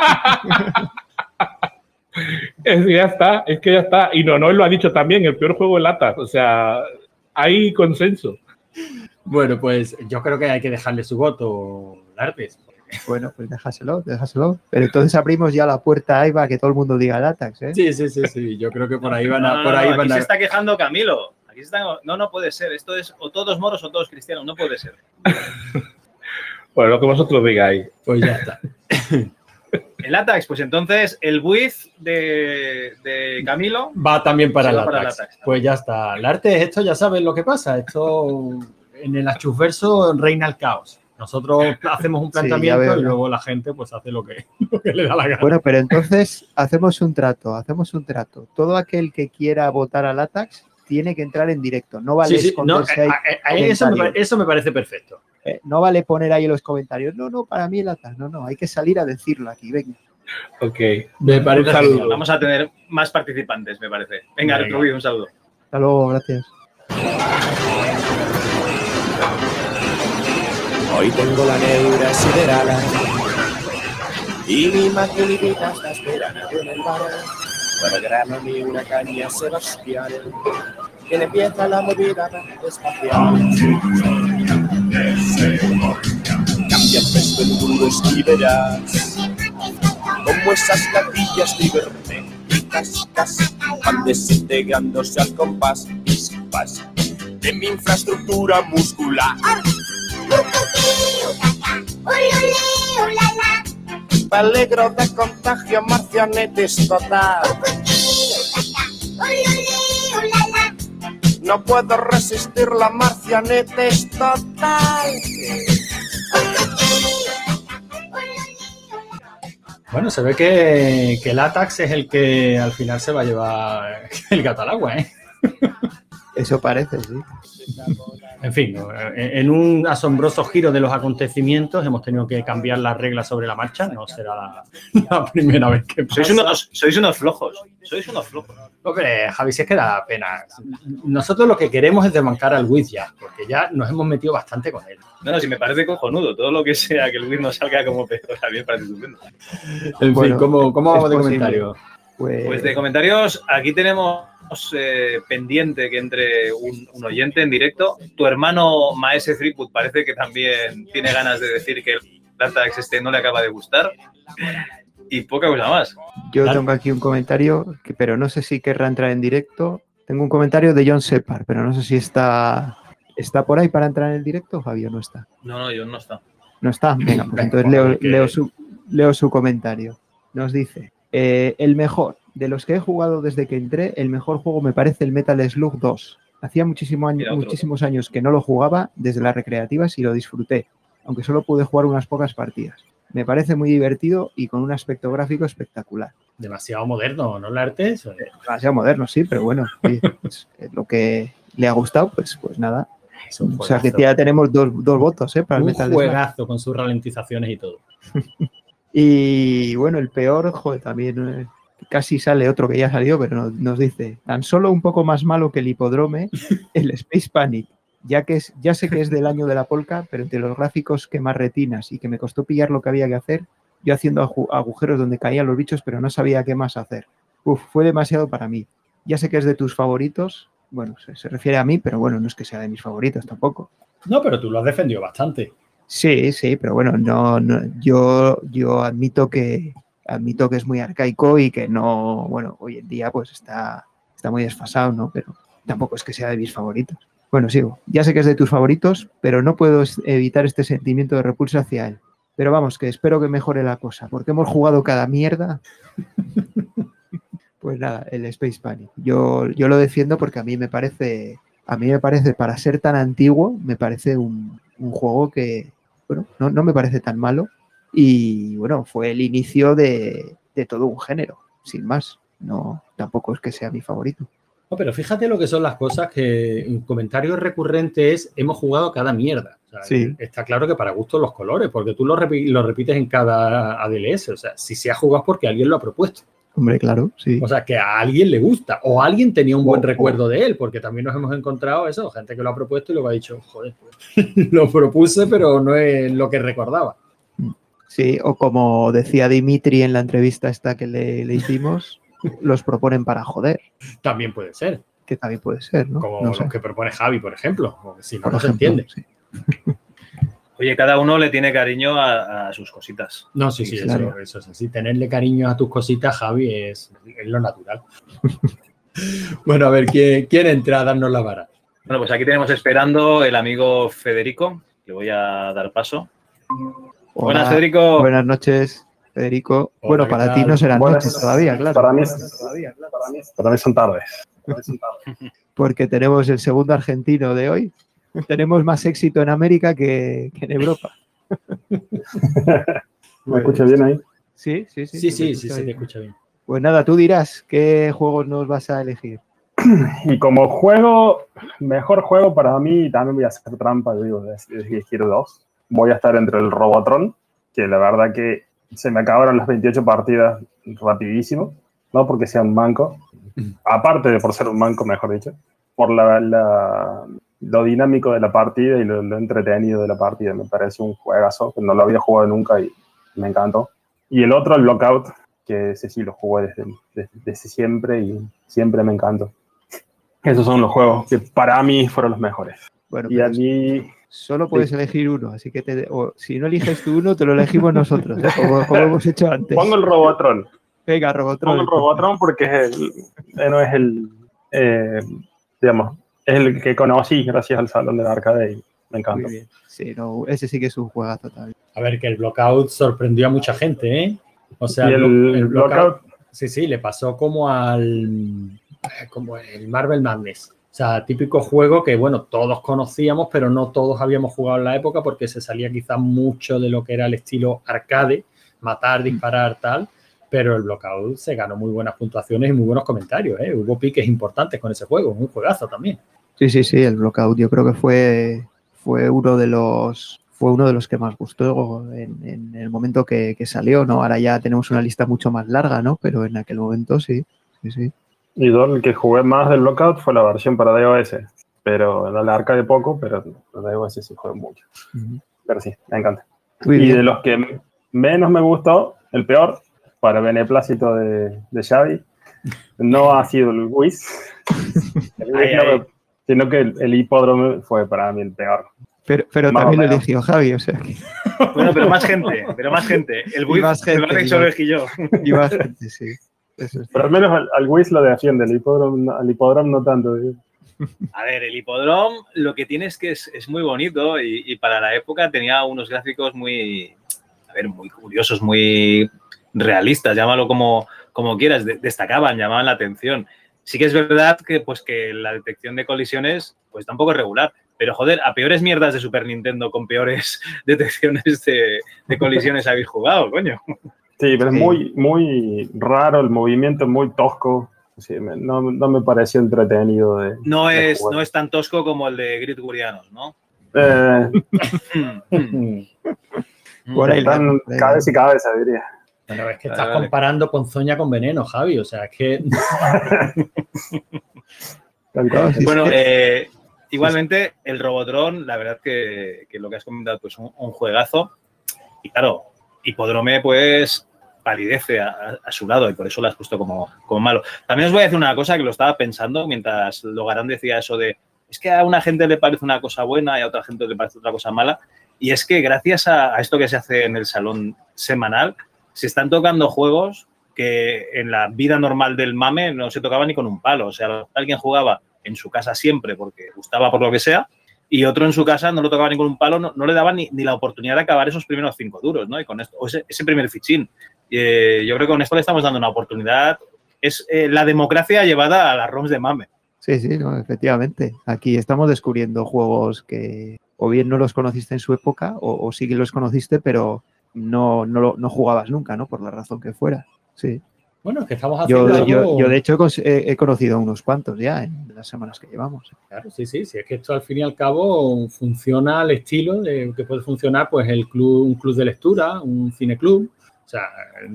Es que ya está. Y no lo ha dicho también, el peor juego es el Atax. O sea, hay consenso. Bueno, pues yo creo que hay que dejarle su voto, Lartes. Bueno, pues déjaselo. Pero entonces abrimos ya la puerta ahí para que todo el mundo diga el Atax, ¿eh? Sí. Yo creo que por ahí van a... Aquí se está quejando Camilo. No puede ser. Esto es o todos moros o todos cristianos. No puede ser. Bueno, lo que vosotros digáis. Pues ya está. El Atax, pues entonces el Wiz de Camilo Va también para se el va para el Atax. Atax. Pues ya está. Lartes, esto ya sabes lo que pasa. Esto en el Achusverso reina el caos. Nosotros hacemos un planteamiento veo, y ¿no? luego la gente pues hace lo que le da la gana. Bueno, pero entonces hacemos un trato. Todo aquel que quiera votar al Atax tiene que entrar en directo. No vale esconderse ahí. Eso me parece perfecto. No vale poner ahí en los comentarios. No, para mí el Atax. No, hay que salir a decirlo aquí. Venga. Ok. Me parece Un saludo. genial. Vamos a tener más participantes, me parece. Venga, Retrovid, un saludo. Hasta luego, gracias. Hoy tengo la neura siderada y mi maquinita está esperando en el bar para grarme una caña Sebastián, que empieza la movida espacial. Cambia presto el mundo y verás como esas gatillas cibernéticas van desintegrándose al compás de mi infraestructura muscular. Peligro de contagio, marcianetes total. No puedo resistir la marcianetes total. Bueno, se ve que el Atax es el que al final se va a llevar el gato al agua, ¿eh? Eso parece, sí. En fin, en un asombroso giro de los acontecimientos hemos tenido que cambiar las reglas sobre la marcha. No será la primera vez que pasa. Sois unos flojos. Hombre, Javi, si es que da pena. Nosotros lo que queremos es desbancar al Wiz ya, porque ya nos hemos metido bastante con él. No, si me parece cojonudo. Todo lo que sea que el Wiz no salga como peor, a mí me parece estupendo. En Bueno, fin, ¿cómo vamos de posible. comentarios? Pues de comentarios, aquí tenemos pendiente que entre un oyente en directo. Tu hermano Maese Threepwood parece que también tiene ganas de decir que el Dartax no le acaba de gustar. Y poca cosa más. Yo Claro. tengo aquí un comentario, pero no sé si querrá entrar en directo. Tengo un comentario de John Separ, pero no sé si está por ahí para entrar en el directo, Fabio, no está. No, yo no está. ¿No está? Venga, pues Venga, entonces vamos a ver leo su comentario. Nos dice, el mejor, de los que he jugado desde que entré, el mejor juego me parece el Metal Slug 2. Hacía muchísimos años que no lo jugaba desde las recreativas y lo disfruté, aunque solo pude jugar unas pocas partidas. Me parece muy divertido y con un aspecto gráfico espectacular. Demasiado moderno, ¿no, Lartes? Demasiado moderno, sí, pero bueno, sí, pues, lo que le ha gustado, pues nada. Es un O sea que juegazo. ya tenemos dos votos para el Un Metal Slug. juegazo con sus ralentizaciones y todo. Y bueno, el peor, joder, también casi sale otro que ya salió, pero nos dice, tan solo un poco más malo que el Hipodrome, el Space Panic, ya sé que es del año de la polca, pero entre los gráficos que más retinas y que me costó pillar lo que había que hacer, yo haciendo agujeros donde caían los bichos, pero no sabía qué más hacer. Fue demasiado para mí. Ya sé que es de tus favoritos, bueno, se refiere a mí, pero bueno, no es que sea de mis favoritos tampoco. No, pero tú lo has defendido bastante. Sí, pero bueno, yo admito que es muy arcaico y que no, bueno, hoy en día pues está muy desfasado, ¿no? Pero tampoco es que sea de mis favoritos. Bueno, sigo. Ya sé que es de tus favoritos, pero no puedo evitar este sentimiento de repulsa hacia él. Pero vamos, que espero que mejore la cosa, porque hemos jugado cada mierda. Pues nada, el Space Panic. Yo lo defiendo porque a mí me parece, para ser tan antiguo, me parece un juego que, bueno, no me parece tan malo. Y bueno, fue el inicio de todo un género, sin más. No, tampoco es que sea mi favorito. No, pero fíjate lo que son las cosas que un comentario recurrente es hemos jugado cada mierda. O sea, Sí. Está claro que para gustos los colores, porque tú lo repites en cada ADLS. O sea, si se ha jugado es porque alguien lo ha propuesto. Hombre, claro, sí. O sea, que a alguien le gusta o alguien tenía un buen O- recuerdo de él, porque también nos hemos encontrado eso, gente que lo ha propuesto y luego ha dicho, joder, pues, lo propuse, pero no es lo que recordaba. Sí, o como decía Dimitri en la entrevista esta que le hicimos, los proponen para joder, También puede ser, que también puede ser, ¿no? como No sé, los que propone Javi, por ejemplo, porque si no, por no se ejemplo, entiende. sí. Oye, cada uno le tiene cariño a sus cositas. No, sí, Sí, claro. eso es así. Tenerle cariño a tus cositas, Javi, es lo natural. Bueno, a ver, ¿quién entra a darnos la vara? Bueno, pues aquí tenemos esperando el amigo Federico, que voy a dar paso. Buenas, Hola, Federico. Buenas noches, Federico. Hola, Bueno, ¿qué para tal? ti no serán Buenas. noches todavía, claro. Para mí son tardes. Porque tenemos el segundo argentino de hoy. Tenemos más éxito en América que en Europa. ¿Me escucha bien ahí? Sí. Sí, se te escucha bien. Pues nada, tú dirás qué juegos nos vas a elegir. Y como juego, mejor juego para mí, también voy a hacer trampa, digo, quiero dos. Voy a estar entre el Robotron, que la verdad que se me acabaron las 28 partidas rapidísimo, no porque sea un manco, aparte de por ser un manco, mejor dicho, por lo dinámico de la partida y lo entretenido de la partida. Me parece un juegazo, que no lo había jugado nunca y me encantó. Y el otro, el Blockout, que ese sí lo jugué desde siempre y siempre me encantó. Esos son los juegos que para mí fueron los mejores. Bueno, Y pero allí, solo puedes elegir uno, así que si no eliges tú uno, te lo elegimos nosotros, ¿eh? como hemos hecho antes. pongo el Robotron. Venga, Robotron. Pongo el Robotron porque digamos, es el que conocí gracias al Salón del Arcade y me encanta. Muy bien. Sí, no, ese sí que es un juegazo también. A ver, que el Blockout sorprendió a mucha gente, ¿eh? O sea, Y el Blockout, sí, le pasó como el Marvel Madness. O sea, típico juego que, bueno, todos conocíamos, pero no todos habíamos jugado en la época porque se salía quizás mucho de lo que era el estilo arcade, matar, disparar, tal. Pero el Blockout se ganó muy buenas puntuaciones y muy buenos comentarios, ¿eh? Hubo piques importantes con ese juego, un juegazo también. Sí, el Blockout yo creo que fue uno de los que más gustó en el momento que salió, ¿no? Ahora ya tenemos una lista mucho más larga, ¿no? Pero en aquel momento sí. Y yo el que jugué más del Blockout fue la versión para iOS, pero en la arcade poco, pero la de iOS sí jugué mucho. Pero sí, me encanta. Muy y bien. de los que menos me gustó, el peor, para beneplácito de Xavi, no ha sido el Wiz, sino que el Hipódromo fue para mí el peor. Pero también lo eligió Javi, o sea que... Bueno, pero más gente. El Wiz se lo han hecho elegí yo. Y más gente, sí. Eso es. Pero al menos al Wiz lo defiende, al Hipódromo no tanto. A ver, el Hipódromo lo que tiene es que es muy bonito y para la época tenía unos gráficos muy curiosos, muy realistas, llámalo como quieras, destacaban, llamaban la atención. Sí que es verdad que la detección de colisiones pues tampoco es regular, pero joder, a peores mierdas de Super Nintendo con peores detecciones de colisiones habéis jugado, coño. Sí, pero es muy raro, el movimiento es muy tosco. Sí, no me pareció entretenido. No es tan tosco como el de Grid Gurianos, ¿no? Por ahí están cabeza y cabeza, diría. Bueno, es que estás comparando ponzoña con veneno, Javi. O sea, es que... Bueno, igualmente, el Robotron, la verdad que lo que has comentado, pues un juegazo. Y claro, Hipódromo, pues, palidece a su lado y por eso lo has puesto como malo. También os voy a decir una cosa que lo estaba pensando mientras Logarán decía eso de es que a una gente le parece una cosa buena y a otra gente le parece otra cosa mala. Y es que gracias a esto que se hace en el salón semanal, se están tocando juegos que en la vida normal del mame no se tocaba ni con un palo. O sea, alguien jugaba en su casa siempre porque gustaba por lo que sea y otro en su casa no lo tocaba ni con un palo, no le daba ni la oportunidad de acabar esos primeros 5 duros, ¿no? Y con esto, o ese primer fichín. Yo creo que con esto le estamos dando una oportunidad. Es la democracia llevada a las ROMs de mame. Sí, no, efectivamente. Aquí estamos descubriendo juegos que o bien no los conociste en su época o sí que los conociste, pero no jugabas nunca, ¿no? Por la razón que fuera. Sí. Bueno, es que estamos haciendo yo de hecho, he conocido unos cuantos ya en las semanas que llevamos. Claro, sí. Es que esto, al fin y al cabo, funciona al estilo de que puede funcionar pues un club de lectura, un cineclub. O sea,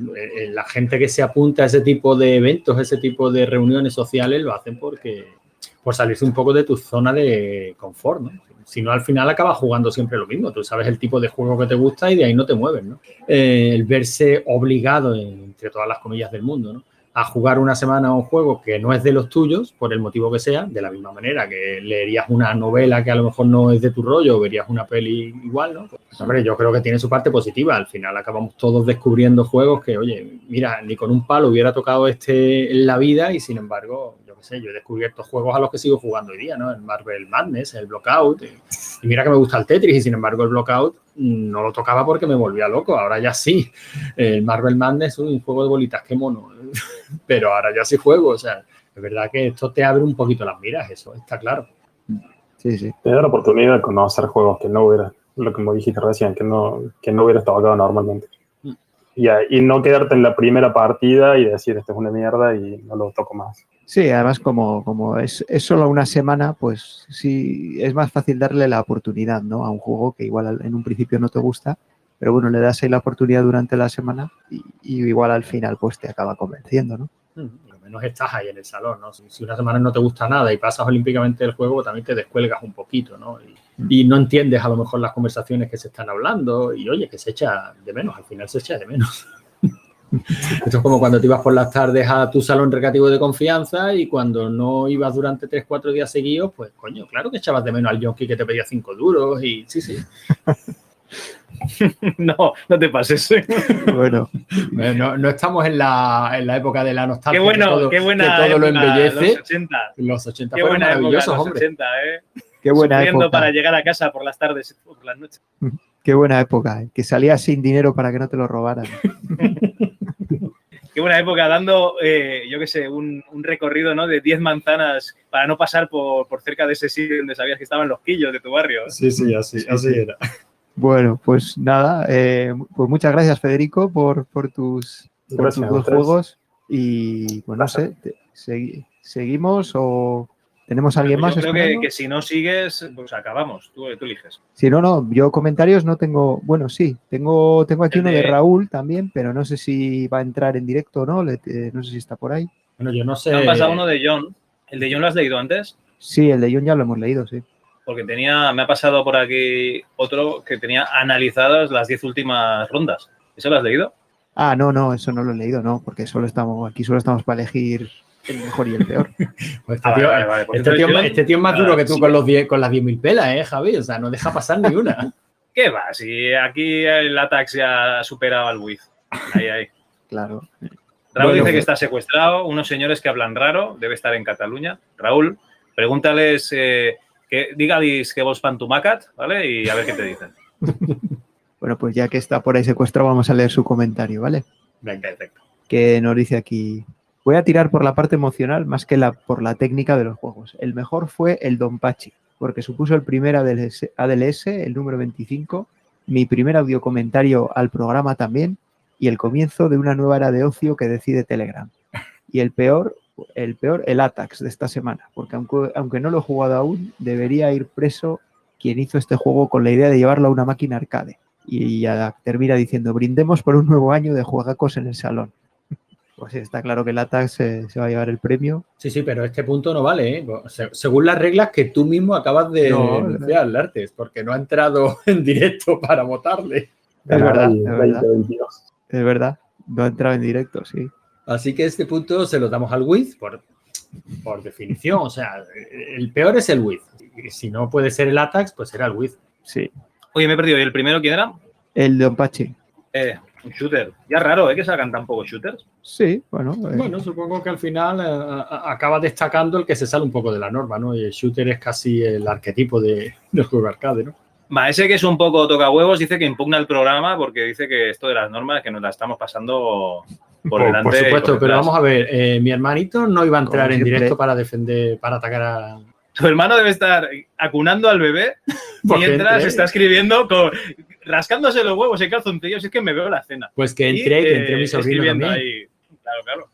la gente que se apunta a ese tipo de eventos, ese tipo de reuniones sociales, lo hacen por salirse un poco de tu zona de confort, ¿no? Si no, al final acabas jugando siempre lo mismo. Tú sabes el tipo de juego que te gusta y de ahí no te mueves, ¿no? El verse obligado, entre todas las comillas del mundo, ¿no?, a jugar una semana a un juego que no es de los tuyos, por el motivo que sea, de la misma manera que leerías una novela que a lo mejor no es de tu rollo o verías una peli igual, ¿no? Pues, hombre, yo creo que tiene su parte positiva. Al final acabamos todos descubriendo juegos que, oye, mira, ni con un palo hubiera tocado en la vida y, sin embargo, yo qué sé, yo he descubierto juegos a los que sigo jugando hoy día, ¿no? El Marvel Madness, el Blockout, y mira que me gusta el Tetris y, sin embargo, el Blockout no lo tocaba porque me volvía loco. Ahora ya sí. El Marvel Madness es un juego de bolitas, qué mono. Pero ahora ya sí juego. O sea, es verdad que esto te abre un poquito las miras, eso está claro. Sí. Te da la oportunidad de conocer juegos que no hubiera, lo que me dijiste recién, que no hubieras tocado normalmente. Y no quedarte en la primera partida y decir, esto es una mierda y no lo toco más. Sí, además como es solo una semana, pues sí, es más fácil darle la oportunidad, ¿no?, a un juego que igual en un principio no te gusta, pero bueno, le das ahí la oportunidad durante la semana y igual al final pues te acaba convenciendo, ¿no? Lo menos estás ahí en el salón, ¿no? Si una semana no te gusta nada y pasas olímpicamente el juego, también te descuelgas un poquito, ¿no? Y no entiendes a lo mejor las conversaciones que se están hablando y, oye, que se echa de menos, al final se echa de menos. Esto es como cuando te ibas por las tardes a tu salón recreativo de confianza y cuando no ibas durante 3-4 días seguidos, pues, coño, claro que echabas de menos al yonki que te pedía 5 duros y sí. No te pases. Bueno, no estamos en la época de la nostalgia. Qué buena que todo lo época, embellece. Los 80 fueron maravillosos, los hombre. 80, Qué buena sufriendo época. Para llegar a casa por las tardes o por las noches. Qué buena época, que salías sin dinero para que no te lo robaran. Qué buena época, dando, yo qué sé, un recorrido, ¿no?, de 10 manzanas para no pasar por cerca de ese sitio donde sabías que estaban los quillos de tu barrio. Sí, así era. Bueno, pues nada, pues muchas gracias, Federico, por tus dos juegos y, pues no sé, ¿seguimos o ¿Tenemos a alguien más? Yo creo esperando? que si no sigues, pues acabamos. Tú eliges. Si no, yo comentarios no tengo. Bueno, sí, tengo aquí El uno de de- Raúl también, pero no sé si va a entrar en directo o no. No sé si está por ahí. Bueno, yo no sé. Me han pasado uno de John. ¿El de John lo has leído antes? Sí, el de John ya lo hemos leído, sí. Porque me ha pasado por aquí otro que tenía analizadas las 10 últimas rondas. ¿Eso lo has leído? Ah, no, eso no lo he leído, no, porque solo estamos para elegir el mejor y el peor. Pues Vale. Pues entonces este tío es más duro que tú sí. con las 10.000 pelas, Javi. O sea, no deja pasar ni una. ¿Qué va? Si aquí el Atax ya ha superado al Wiz. Ahí. Claro. Raúl Bueno, dice que está secuestrado, unos señores que hablan raro, debe estar en Cataluña. Raúl, pregúntales, dígales que vos pantumacat, ¿vale? Y a ver qué te dicen. Bueno, pues ya que está por ahí secuestrado, vamos a leer su comentario, ¿vale? Venga, Perfecto. Que nos dice aquí: voy a tirar por la parte emocional más que por la técnica de los juegos. El mejor fue el Donpachi, porque supuso el primer ADLS, el número 25, mi primer audio comentario al programa también, y el comienzo de una nueva era de ocio que decide Telegram. Y el peor, el Atax de esta semana, porque aunque no lo he jugado aún, debería ir preso quien hizo este juego con la idea de llevarlo a una máquina arcade. Y ya termina diciendo: brindemos por un nuevo año de juegacos en el salón. Pues sí, está claro que el Atax se va a llevar el premio. Sí, pero este punto no vale, ¿eh? Según las reglas que tú mismo acabas de denunciar, Lartes, porque no ha entrado en directo para votarle. Es verdad, el 2022. es verdad. No ha entrado en directo, sí. Así que este punto se lo damos al Wiz por definición. O sea, el peor es el Wiz. Y si no puede ser el Atax, pues será el Wiz. Sí. Oye, me he perdido. ¿Y el primero quién era? El Donpachi. Un shooter. Ya raro, ¿eh? Que sacan tan pocos shooters. Sí, bueno. Bueno, supongo que al final acaba destacando el que se sale un poco de la norma, ¿no? Y el shooter es casi el arquetipo del juego arcade, ¿no? Va, ese que es un poco tocahuevos dice que impugna el programa porque dice que esto de las normas que nos la estamos pasando por delante. Por supuesto, y por pero detrás. vamos a ver, mi hermanito no iba a entrar Como en siempre. directo para defender, para atacar a... Tu hermano debe estar acunando al bebé Porque mientras entre- está escribiendo, rascándose los huevos en calzoncillos. Es que me veo la escena. Pues que Y, entre, que entre mi sobrino escribiendo también. ahí. Claro.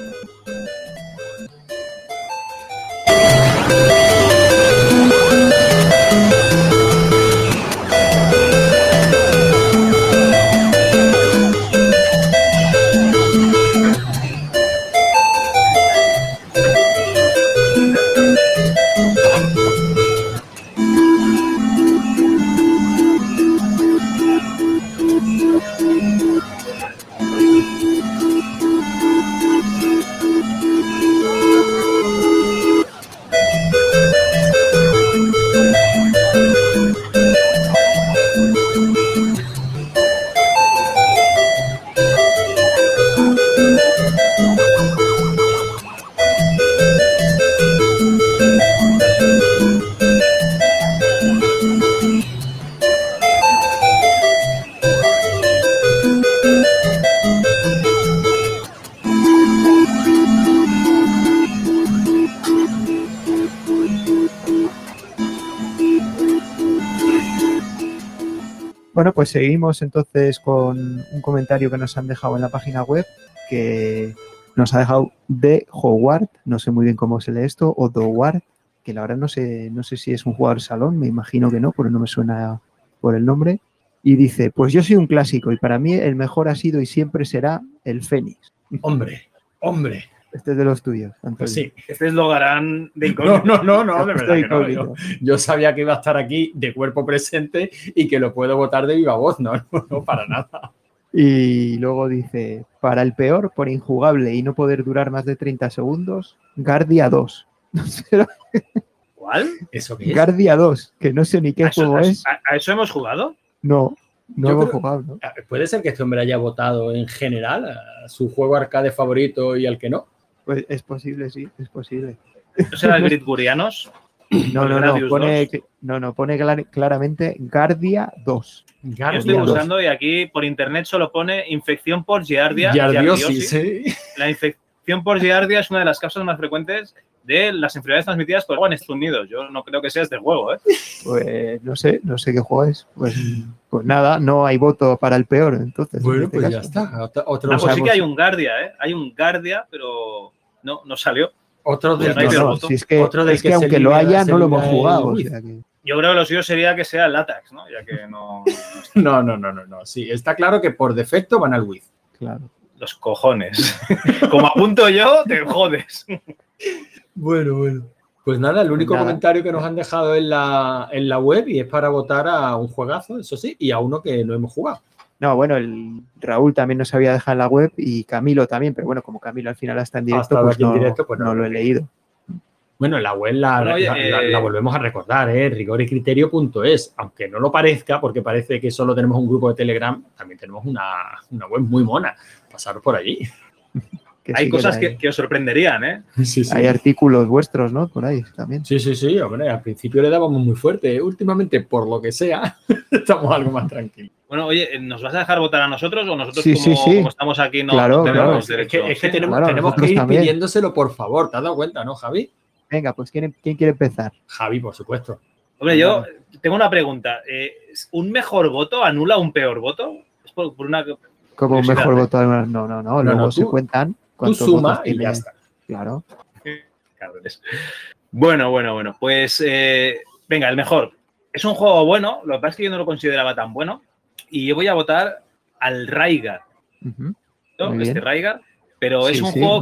Bueno, pues seguimos entonces con un comentario que nos han dejado en la página web, que nos ha dejado de Howard, no sé muy bien cómo se lee esto, o Doward, que la verdad no sé si es un jugador salón, me imagino que no, porque no me suena por el nombre. Y dice: pues yo soy un clásico y para mí el mejor ha sido y siempre será el Fénix. Hombre. Este es de los tuyos, Antonio. Pues sí. Este es Logarán de incógnito. No, de verdad Estoy que no. incógnito. Yo sabía que iba a estar aquí de cuerpo presente y que lo puedo votar de viva voz. No, para nada. Y luego dice: para el peor, por injugable y no poder durar más de 30 segundos, Guardia 2. No sé, ¿Cuál? ¿Eso qué es? Guardia 2, que no sé ni qué juego es. ¿A eso hemos jugado? No Yo hemos creo- jugado, ¿no? ¿Puede ser que este hombre haya votado en general a su juego arcade favorito y al que no? Pues es posible, sí, es posible. ¿No será el Gridgurianos? No, Gradius pone claramente Guardia 2. Yo Guardia estoy 2. buscando y aquí por internet solo pone infección por giardia. Giardiosis, ¿eh? La infección por giardia es una de las causas más frecuentes de las enfermedades transmitidas por agua en Estados Unidos. Yo no creo que sea este juego, ¿eh? Pues no sé qué juego es. Pues nada, no hay voto para el peor, entonces. en Bueno, este pues ya caso. está. Otro, Ah, pues sí sabemos. que hay un Guardia, ¿eh? Hay un Guardia, pero no salió. Otro del no hay que, peor No, voto. si es que, Otro del es que que se aunque lo elimina- haya, se no lo hemos elimina el jugado. O Wii. sea que, Yo creo que lo suyo sería que sea el Latax, ¿no? Ya que no... No. Sí, está claro que por defecto van al Wii. claro. Los cojones. Como apunto yo, te jodes. Bueno. Pues nada, el único nada. comentario que nos han dejado en la web y es para votar a un juegazo, eso sí, y a uno que no hemos jugado. No, bueno, el Raúl también nos había dejado en la web y Camilo también, pero bueno, como Camilo al final está en directo, estado pues aquí en no, directo, pues no no lo lo he vi. leído. Bueno, en la web Bueno, oye, la volvemos a recordar, rigorycriterio.es, aunque no lo parezca, porque parece que solo tenemos un grupo de Telegram, también tenemos una web muy mona. Pasar por allí. Que Hay sí cosas hay, que os sorprenderían, ¿eh? Sí. hay artículos vuestros, ¿no? Por ahí también. Sí, hombre, al principio le dábamos muy fuerte. Últimamente, por lo que sea, estamos algo más tranquilos. Bueno, oye, ¿nos vas a dejar votar a nosotros o nosotros Sí, como, sí. como estamos aquí no, Claro, no tenemos claro. derecho? Es que Sí. tenemos, claro, tenemos que nosotros ir también. pidiéndoselo, por favor. ¿Te has dado cuenta, no, Javi? Venga, pues ¿quién quiere empezar? Javi, por supuesto. Hombre, yo tengo una pregunta. ¿Un mejor voto anula un peor voto? Es por una... Como un curiosidad, mejor ¿eh? voto. No, luego se tú cuentan. Tú cuántos suma votos y tiene. ya está. Claro. Cabrones. Bueno. Pues, venga, el mejor. Es un juego bueno, lo que pasa es que yo no lo consideraba tan bueno. Y yo voy a votar al Raigar, Ujú. ¿no? Muy Este bien. Raigar. Pero Sí, es un sí, juego ¿no?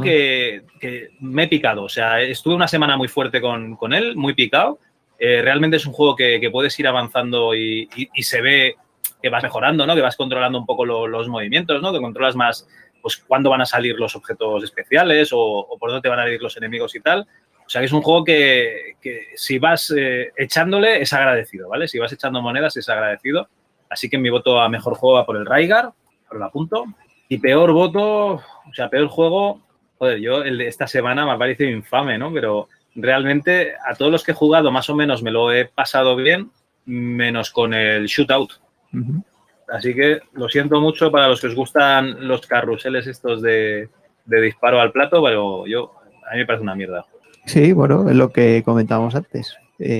que me he picado. O sea, estuve una semana muy fuerte con él, muy picado. Realmente es un juego que puedes ir avanzando y se ve que vas mejorando, ¿no? Que vas controlando un poco los movimientos, ¿no? Que controlas más, pues, cuándo van a salir los objetos especiales o por dónde te van a ir los enemigos y tal. O sea, que es un juego que si vas echándole es agradecido, ¿vale? Si vas echando monedas es agradecido. Así que mi voto a mejor juego va por el Raigar, ahora lo apunto. Y peor voto, o sea, peor juego, joder, yo el de esta semana me ha parecido infame, ¿no? Pero realmente a todos los que he jugado más o menos me lo he pasado bien, menos con el Shootout. Ujú. Así que lo siento mucho para los que os gustan los carruseles estos de disparo al plato, pero a mí me parece una mierda. Sí, bueno, es lo que comentábamos antes.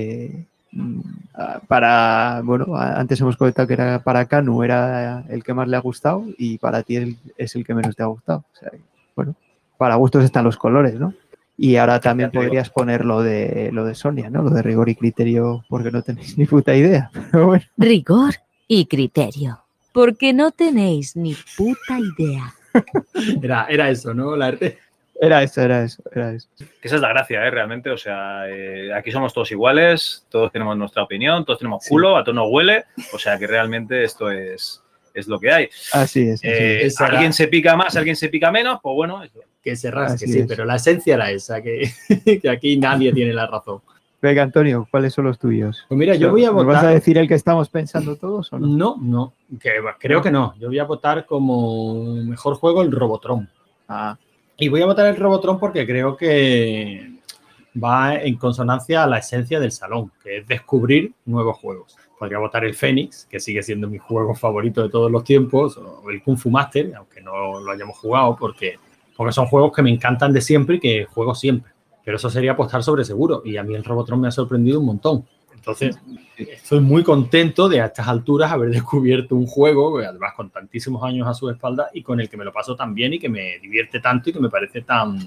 Antes hemos comentado que era para Canu, era el que más le ha gustado y para ti es el que menos te ha gustado. O sea, bueno, para gustos están los colores, ¿no? Y ahora también podrías poner lo de Sonia, ¿no? Lo de rigor y criterio, porque no tenéis ni puta idea. Pero bueno. Rigor y criterio. Porque no tenéis ni puta idea. Era eso, ¿no, Larte? Era eso. Que esa es la gracia, realmente. O sea, aquí somos todos iguales, todos tenemos nuestra opinión, todos tenemos culo, a todos nos huele. O sea, que realmente esto es lo que hay. Así es. Alguien se pica más, alguien se pica menos, pues bueno. Eso. Que se rasque, Así sí, es. pero la esencia era esa, que aquí nadie tiene la razón. Venga, Antonio, ¿cuáles son los tuyos? Pues mira, yo voy a ¿Nos vas a votar... decir el que estamos pensando todos o no? No, creo que no. Yo voy a votar como mejor juego el Robotron. Ah, Y voy a votar el Robotron porque creo que va en consonancia a la esencia del salón, que es descubrir nuevos juegos. Podría votar el Fénix, que sigue siendo mi juego favorito de todos los tiempos, o el Kung Fu Master, aunque no lo hayamos jugado, porque son juegos que me encantan de siempre y que juego siempre. Pero eso sería apostar sobre seguro. Y a mí el Robotron me ha sorprendido un montón. Entonces, estoy muy contento de a estas alturas haber descubierto un juego, además con tantísimos años a su espalda y con el que me lo paso tan bien y que me divierte tanto y que me parece tan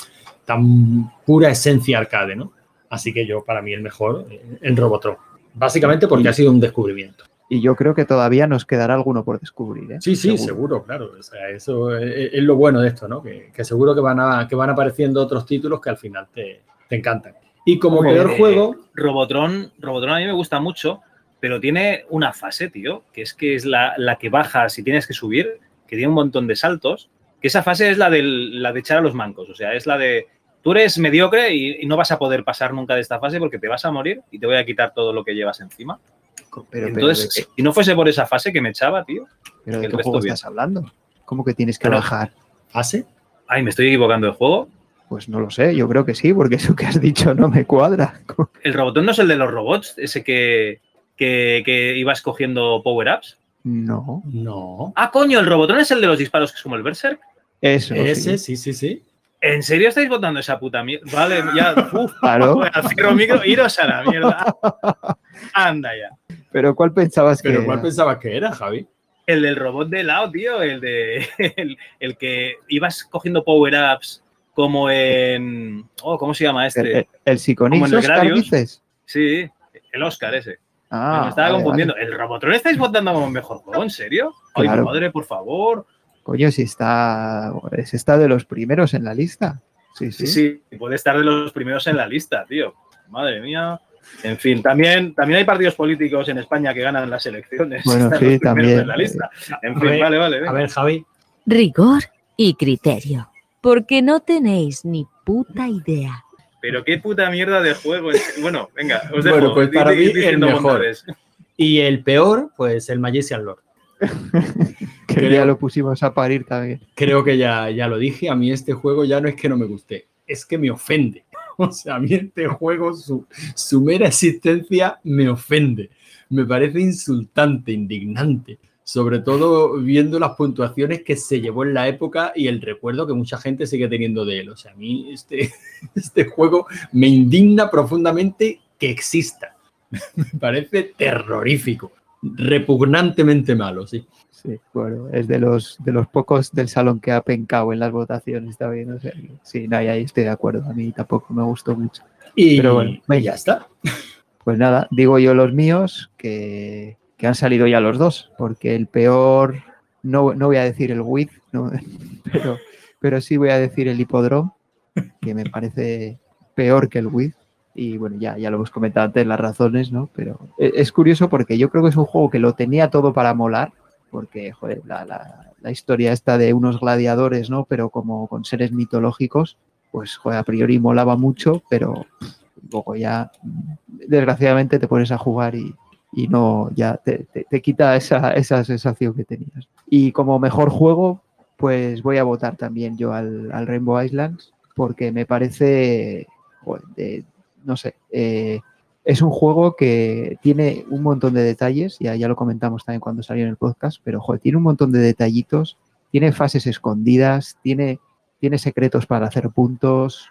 pura esencia arcade, ¿no? Así que para mí el mejor, el Robotron. Básicamente porque ha sido un descubrimiento. y yo creo que todavía nos quedará alguno por descubrir, ¿eh? Sí, seguro, claro. O sea, eso es lo bueno de esto, ¿no? Que seguro que van apareciendo otros títulos que al final te encantan. Y como peor juego... Robotron a mí me gusta mucho, pero tiene una fase, tío, que es la que bajas y tienes que subir, que tiene un montón de saltos, que esa fase es la de echar a los mancos. O sea, es la de... Tú eres mediocre y no vas a poder pasar nunca de esta fase porque te vas a morir y te voy a quitar todo lo que llevas encima. Entonces, si no fuese por esa fase que me echaba, tío... ¿Pero de el qué resto juego bien. estás hablando? ¿Cómo que tienes que Pero- bajar? ¿Fase? Ay, ¿me estoy equivocando de juego? Pues no lo sé, yo creo que sí, porque eso que has dicho no me cuadra. ¿El Robotron no es el de los robots? Ese que ibas cogiendo power-ups. No, No. Ah, coño, el Robotron es el de los disparos que es como el Berserk. eso Ese, sí. sí. ¿En serio estáis votando esa puta mierda? Vale, ya, Claro. Bueno, cierro micro, iros a la mierda. Anda ya. Pero ¿cuál pensabas que ¿Pero era? cuál pensabas que era, Javi? El del robot de helado, tío, el que ibas cogiendo power-ups como en... ¿cómo se llama este? ¿El Psychonix Como en el Oscar, Gradius. dices? Sí, el Oscar ese. Ah, Me estaba vale, confundiendo. vale. ¿El Robotron estáis votando como mejor juego? ¿En serio? Ay, Claro. madre, por favor. Coño, si está de los primeros en la lista. Sí, sí. Sí, puede estar de los primeros en la lista, tío. Madre mía. En fin, también hay partidos políticos en España que ganan las elecciones. Bueno, Están sí, los primeros también. en la lista. En A fin, ver, vale. A venga. ver, Javi. Rigor y criterio. Porque no tenéis ni puta idea. Pero qué puta mierda de juego. Bueno, venga, os dejo. Bueno, pues para mí el diciendo mejor. bondades. Y el peor, pues el Magician Lord. Que Creo- ya lo pusimos a parir también. Creo que ya lo dije, a mí este juego ya no es que no me guste, es que me ofende. O sea, a mí este juego, su mera existencia me ofende. Me parece insultante, indignante. Sobre todo viendo las puntuaciones que se llevó en la época y el recuerdo que mucha gente sigue teniendo de él. O sea, a mí este juego me indigna profundamente que exista. Me parece terrorífico, repugnantemente malo, sí. Sí, bueno, es de los pocos del salón que ha pencado en las votaciones también. O sea, sí, no, ahí estoy de acuerdo. A mí tampoco me gustó mucho. Y, Pero bueno, y venga. ya está. Pues nada, digo yo los míos, que han salido ya los dos, porque el peor, no voy a decir el WID, no, pero sí voy a decir el Hipodrome, que me parece peor que el WID. Y bueno, ya lo hemos comentado antes las razones, ¿no? Pero es curioso porque yo creo que es un juego que lo tenía todo para molar, porque, joder, la historia esta de unos gladiadores, ¿no? Pero como con seres mitológicos, pues, joder, a priori molaba mucho, pero luego ya, desgraciadamente, te pones a jugar y no, ya te quita esa sensación que tenías. Y como mejor juego, pues voy a votar también yo al Rainbow Islands, porque me parece, joder, no sé, es un juego que tiene un montón de detalles, ya lo comentamos también cuando salió en el podcast, pero joder, tiene un montón de detallitos, tiene fases escondidas, tiene secretos para hacer puntos,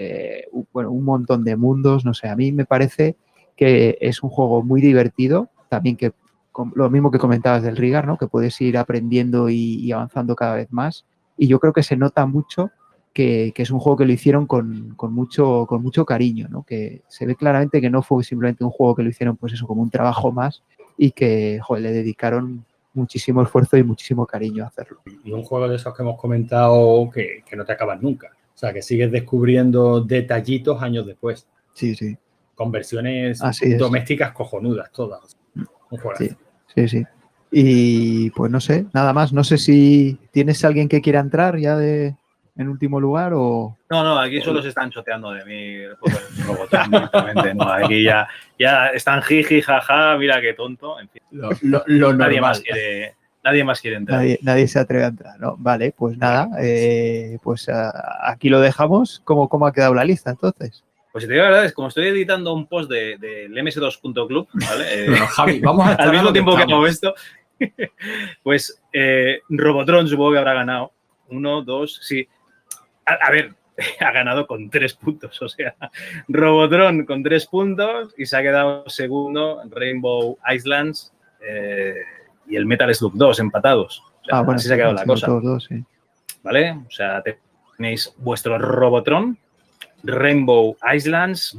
un montón de mundos, no sé, a mí me parece que es un juego muy divertido, también que lo mismo que comentabas del Rigar, ¿no? Que puedes ir aprendiendo y avanzando cada vez más, y yo creo que se nota mucho que es un juego que lo hicieron con mucho cariño, ¿no? Que se ve claramente que no fue simplemente un juego que lo hicieron, pues eso, como un trabajo más y que, joder, le dedicaron muchísimo esfuerzo y muchísimo cariño a haerlo. Y un juego de esos que hemos comentado que no te acabas nunca. O sea, que sigues descubriendo detallitos años después. Sí, sí. Con versiones Así es. domésticas cojonudas todas. Un juegazo. Sí. Y pues no sé, nada más. No sé si tienes alguien que quiera entrar ya en último lugar o... No, aquí solo se están choteando de mí el Robotron directamente. No, aquí ya están jiji, jaja, mira qué tonto. En fin. Lo Nadie normal. nadie más quiere entrar. Nadie se atreve a entrar, ¿no? Vale, pues nada, pues aquí lo dejamos. ¿Cómo ha quedado la lista entonces? Pues si te digo la verdad, es como estoy editando un post del ms2.club, ¿vale? Bueno, Javi, vamos a estar al mismo a lo tiempo que estamos. hago esto, pues Robotron supongo que habrá ganado. 1, 2, sí. A ver, ha ganado con 3 puntos. O sea, Robotron con 3 puntos y se ha quedado segundo Rainbow Islands y el Metal Slug 2 empatados. O sea, Bueno, así se ha quedado la cosa. Todos dos, sí. ¿Vale? O sea, tenéis vuestro Robotron, Rainbow Islands /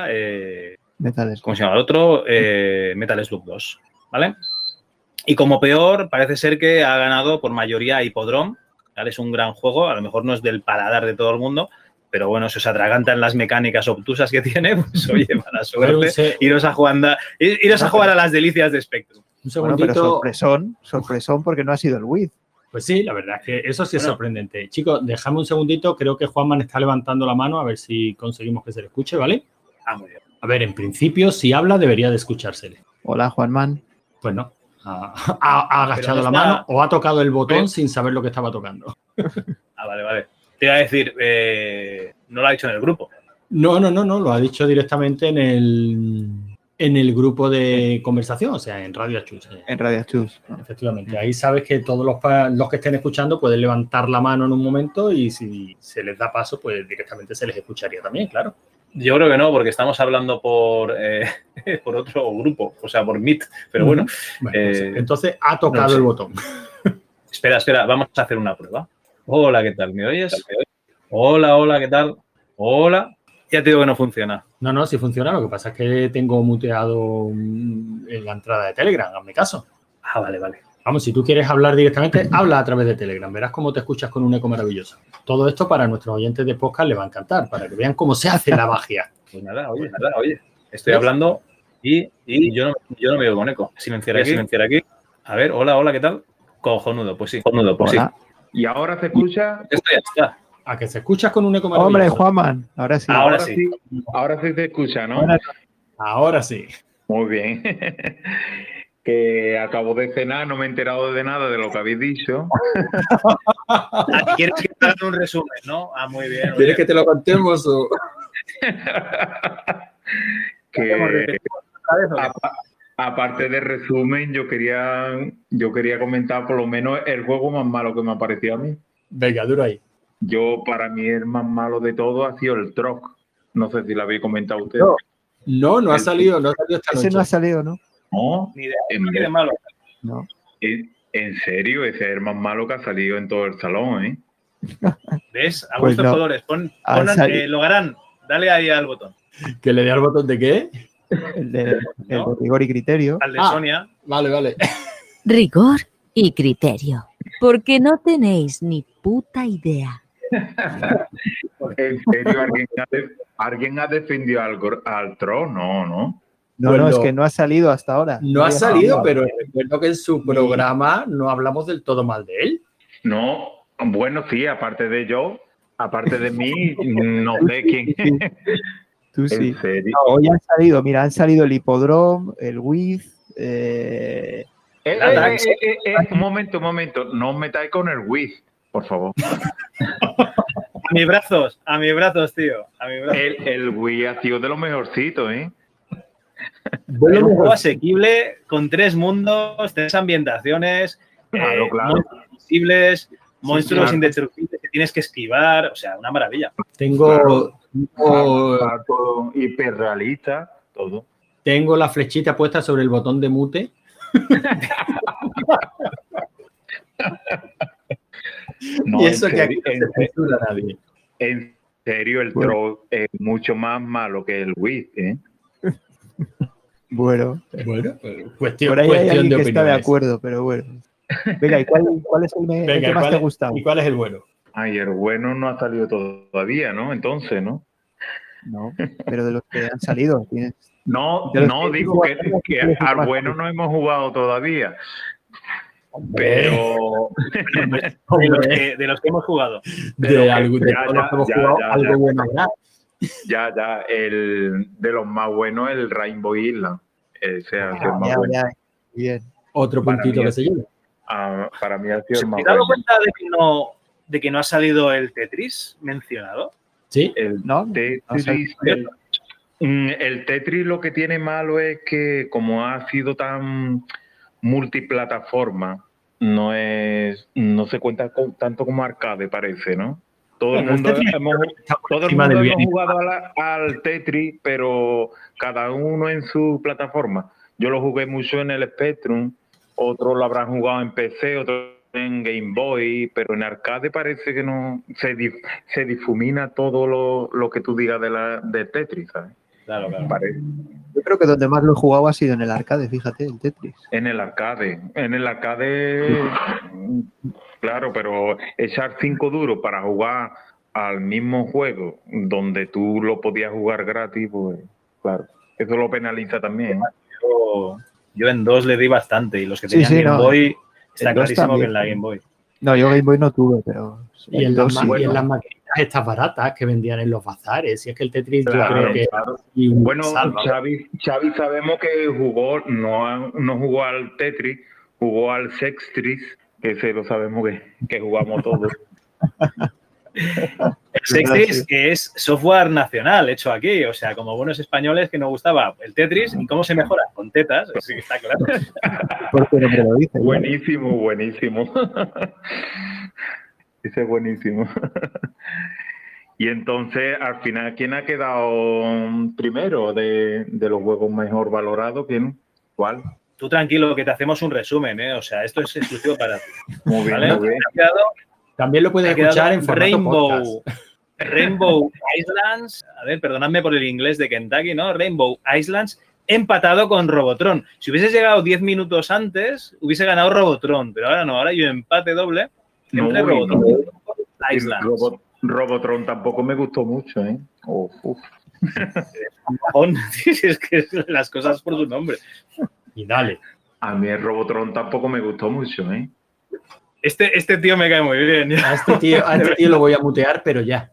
Metal Slug. ¿cómo se llama el otro? Metal Slug 2, ¿vale? Y como peor, parece ser que ha ganado por mayoría Hipodrome, ¿vale? Es un gran juego, a lo mejor no es del paladar de todo el mundo, pero bueno, si os atragantan las mecánicas obtusas que tiene, pues oye, mala suerte, iros a jugar a las delicias de Spectrum. Un Bueno, segundito. pero sorpresón porque no ha sido el WID. Pues sí, la verdad es que eso sí es sorprendente. Chicos, dejadme un segundito. Creo que Juanman está levantando la mano a ver si conseguimos que se le escuche, ¿vale? Muy bien. A ver, en principio, si habla, debería de escuchársele. Hola, Juanman. Pues no. Ha agachado la mano o ha tocado el botón sin saber lo que estaba tocando. Vale. Te iba a decir, no lo ha dicho en el grupo. No, lo ha dicho directamente en el grupo de conversación, o sea, en Radio Achus. En Radio Achus. Efectivamente. Ahí sabes que todos los que estén escuchando pueden levantar la mano en un momento y si se les da paso, pues directamente se les escucharía también, claro. Yo creo que no, porque estamos hablando por otro grupo, o sea, por Meet, pero bueno. Pues, entonces ha tocado el botón. Espera, vamos a hacer una prueba. Hola, ¿qué tal? ¿Me oyes? Hola, hola, ¿qué tal? Hola. Ya te digo que no funciona. No, sí funciona. Lo que pasa es que tengo muteado en la entrada de Telegram, hazme caso. Ah, vale. Vamos, si tú quieres hablar directamente, habla a través de Telegram. Verás cómo te escuchas con un eco maravilloso. Todo esto para nuestros oyentes de podcast les va a encantar, para que vean cómo se hace la magia. Pues nada, oye. Estoy hablando y yo no me oigo con eco. Silenciar aquí. A ver, hola, ¿qué tal? Cojonudo, pues sí. Hola. ¿Y ahora se escucha? Esto ya está. A que se escuchas con un eco maravilloso. Hombre, Juanman, ahora sí. Ahora sí. Ahora sí se escucha, ¿no? Ahora sí. Muy bien. Que acabo de cenar, no me he enterado de nada de lo que habéis dicho. ¿Quieres que te haga un resumen, no? Ah, muy bien. ¿Quieres que te lo contemos o...? Que aparte de resumen, yo quería comentar por lo menos el juego más malo que me ha parecido a mí. Venga, duro ahí. Para mí el más malo de todo ha sido el Troc. No sé si lo habéis comentado usted. No ha salido esta noche. Ese no ha salido, ¿no? No, Ni de malo. No. En serio, ese es el más malo que ha salido en todo el salón, ¿eh? ¿Ves? A Pues gustos no. colores. Logarán, dale ahí al botón. ¿Que le dé al botón de qué? El de rigor y criterio. Al de Sonia. Vale. Rigor y criterio. Porque no tenéis ni puta idea. En serio, ¿alguien ha defendido al Troc? No. No, Pues es que no ha salido hasta ahora. No ha salido, pero recuerdo que en su programa no hablamos del todo mal de él. No, bueno, sí, aparte de mí, no sé quién. Tú sí. ¿En serio? No, hoy han salido el Hipodrome, el Wiz. Un momento, no os metáis con el Wiz, por favor. A mis brazos, tío. El Wii ha sido de lo mejorcito, ¿eh? Es un juego asequible con 3 mundos, 3 ambientaciones, Claro. monstruos invisibles, monstruos indestructibles que tienes que esquivar, o sea, una maravilla. Tengo Todo hiperrealista, todo. Tengo la flechita puesta sobre el botón de mute. No, Y eso en que aquí serio, no se censura a nadie. en serio, el Troc es mucho más malo que el Wii, ¿eh? Bueno, Cuestión por ahí hay alguien de que está de opiniones. acuerdo, pero bueno. Venga, ¿y cuál es el que más te ha gustado? ¿Y cuál es el bueno? Ay, el bueno no ha salido todavía, ¿no? Entonces, ¿no? No, pero de los que han salido, tienes. No, digo que al bueno no hemos jugado todavía. Pero De los que hemos jugado. Algo bueno habrá. Ya, de los más buenos, el Rainbow Island. Ese ha sido el más bueno. Bien. Otro Para puntito mí que se lleva. Para mí ha sido el más ¿Te has dado bueno. cuenta de que no ha salido el Tetris mencionado? Sí. El No, Tetris, el Tetris lo que tiene malo es que como ha sido tan multiplataforma, no se cuenta tanto como arcade, parece, ¿no? Todo el mundo hemos jugado al Tetris, pero cada uno en su plataforma. Yo lo jugué mucho en el Spectrum, otros lo habrán jugado en PC, otros en Game Boy, pero en arcade parece que no se difumina todo lo que tú digas de Tetris, ¿sabes? Claro. Parece. Yo creo que donde más lo he jugado ha sido en el arcade, fíjate, el Tetris. En el arcade, claro, pero echar 5 duros para jugar al mismo juego donde tú lo podías jugar gratis, pues claro, eso lo penaliza también. Yo en 2 le di bastante y los que tenían Game Boy, está clarísimo que en la Game Boy. No, yo Game Boy no tuve, pero... Y en las maquinitas estas baratas que vendían en los bazares. Y es que el Tetris yo creo que... Bueno, Xavi sabemos que no jugó al Tetris, jugó al Sextris, que ese lo sabemos que jugamos todos. El Sextris, que es software nacional hecho aquí, o sea, como buenos españoles que nos gustaba el Tetris. ¿Y cómo se mejora? Con tetas, sí, está claro. Porque no me lo dice. Buenísimo. Ese es buenísimo. Y entonces, al final, ¿quién ha quedado primero de los juegos mejor valorados? ¿Quién? ¿Cuál? Tú tranquilo, que te hacemos un resumen, ¿eh? O sea, esto es exclusivo para ti. Muy bien, ¿vale? muy bien. También lo puedes escuchar en formato Rainbow, podcast. Rainbow Islands, a ver, perdonadme por el inglés de Kentucky, ¿no? Rainbow Islands empatado con Robotron. Si hubieses llegado 10 minutos antes, hubiese ganado Robotron, pero ahora no, ahora hay un empate doble entre Robotron y Islands. Robotron tampoco me gustó mucho, ¿eh? Es que las cosas por su nombre. Y dale. A mí el Robotron tampoco me gustó mucho, ¿eh? Este tío me cae muy bien. A este tío lo voy a mutear, pero ya.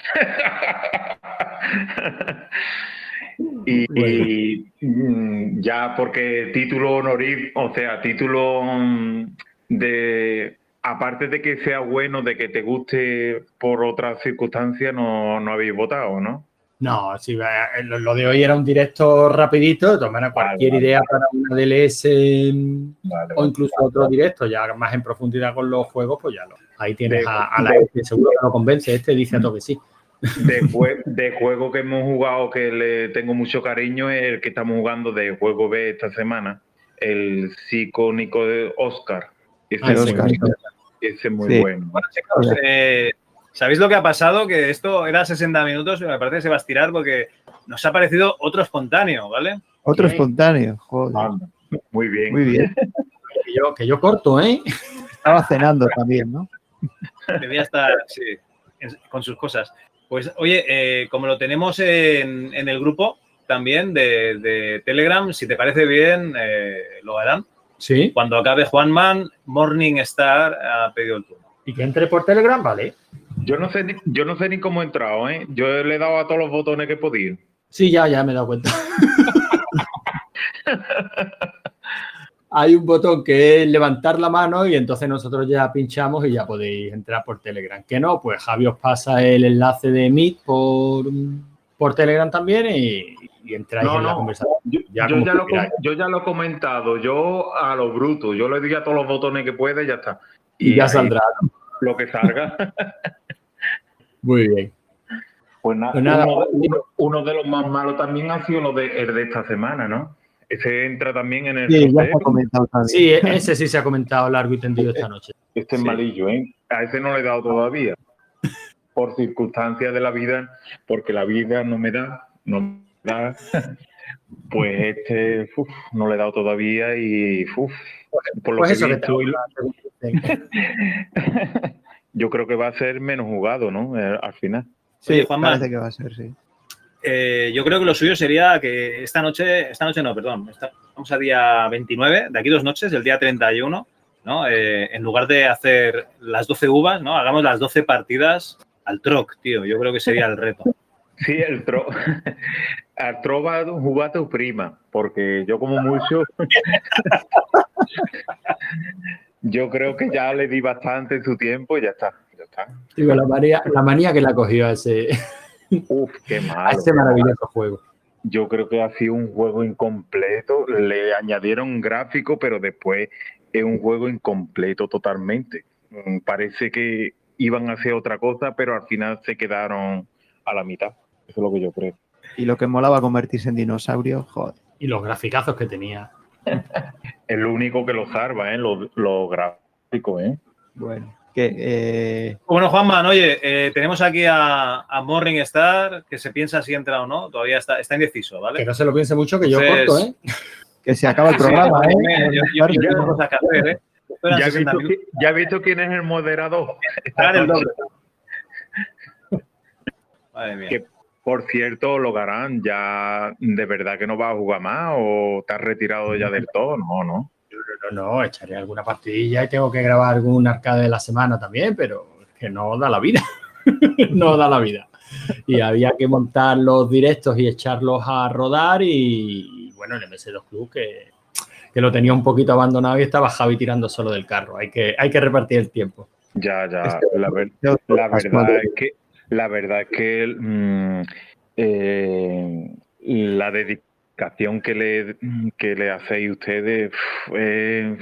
Y ya porque título honorífico, o sea, título de... Aparte de que sea bueno, de que te guste por otras circunstancias, no habéis votado, ¿no? No, sí, lo de hoy era un directo rapidito, de todas maneras, cualquier idea para una DLS o incluso otro directo, ya más en profundidad con los juegos, pues ya ahí tienes a la que seguro que lo convence, dice a todo que sí. De juego que hemos jugado que le tengo mucho cariño es el que estamos jugando de juego B esta semana, el psicónico de Oscar. Ese es muy bueno. Bueno, chicos, ¿sabéis lo que ha pasado? Que esto era 60 minutos y me parece que se va a estirar porque nos ha parecido otro espontáneo, ¿vale? Otro espontáneo, joder. Muy bien. Muy bien. que yo corto, ¿eh? Estaba cenando también, ¿no? Debía estar, sí, con sus cosas. Pues, oye, como lo tenemos en el grupo también de Telegram, si te parece bien, lo harán. Sí. Cuando acabe Juanman, Morningstar ha pedido el turno. ¿Y que entre por Telegram? Vale. Yo no sé ni cómo he entrado, ¿eh? Yo le he dado a todos los botones que he podido. Sí, ya me he dado cuenta. Hay un botón que es levantar la mano y entonces nosotros ya pinchamos y ya podéis entrar por Telegram. Que no, pues Javi os pasa el enlace de Meet por Telegram también y entráis en la conversación. Yo ya lo he comentado, yo a lo bruto, yo le di a todos los botones que puede y ya está. Y ya saldrá, ¿no? Lo que salga. Muy bien. Pues nada, uno de los más malos también ha sido el de esta semana, ¿no? Ese entra también en el sorteo. Ya se ha comentado también. Sí, ese sí se ha comentado largo y tendido esta noche. Este es malillo, ¿eh? A ese no le he dado todavía. Por circunstancias de la vida, porque la vida no me da. Pues no le he dado todavía y por lo que he visto, yo creo que va a ser menos jugado, ¿no? Al final. Sí, parece que va a ser, sí. Yo creo que lo suyo sería que esta noche no, perdón, estamos a día 29, de aquí 2 noches, el día 31, ¿no? En lugar de hacer las 12 uvas, ¿no? Hagamos las 12 partidas al troc, tío. Yo creo que sería el reto. Sí, al troc va a jugar a tu prima, porque yo como mucho... Yo creo que ya le di bastante en su tiempo y ya está. Digo, la manía que le ha cogido a ese... Qué malo. A ese maravilloso juego. Yo creo que ha sido un juego incompleto. Le añadieron gráfico, pero después es un juego incompleto totalmente. Parece que iban a hacer otra cosa, pero al final se quedaron a la mitad. Eso es lo que yo creo. Y lo que molaba convertirse en dinosaurio, joder. Y los graficazos que tenía. Es lo único que lo salva, ¿eh? Los gráficos, ¿eh? Bueno. Bueno, Juanman, oye, tenemos aquí a Morningstar, que se piensa si entra o no. Todavía está indeciso, ¿vale? Que no se lo piense mucho, que yo corto, ¿eh? Que se acaba el programa, ¿eh? Yo tengo cosas que hacer, ¿eh? Ya he visto quién es el moderador. El doble. Madre mía. Que, por cierto, Logarán, ¿ya de verdad que no va a jugar más o te has retirado ya del todo? No, echaré alguna partidilla y tengo que grabar algún arcade de la semana también, pero es que no da la vida. No da la vida. Y había que montar los directos y echarlos a rodar y bueno, el MS2 Club que lo tenía un poquito abandonado y estaba Javi tirando solo del carro. Hay que repartir el tiempo. Ya. La verdad es que la dedicación que le hacéis ustedes es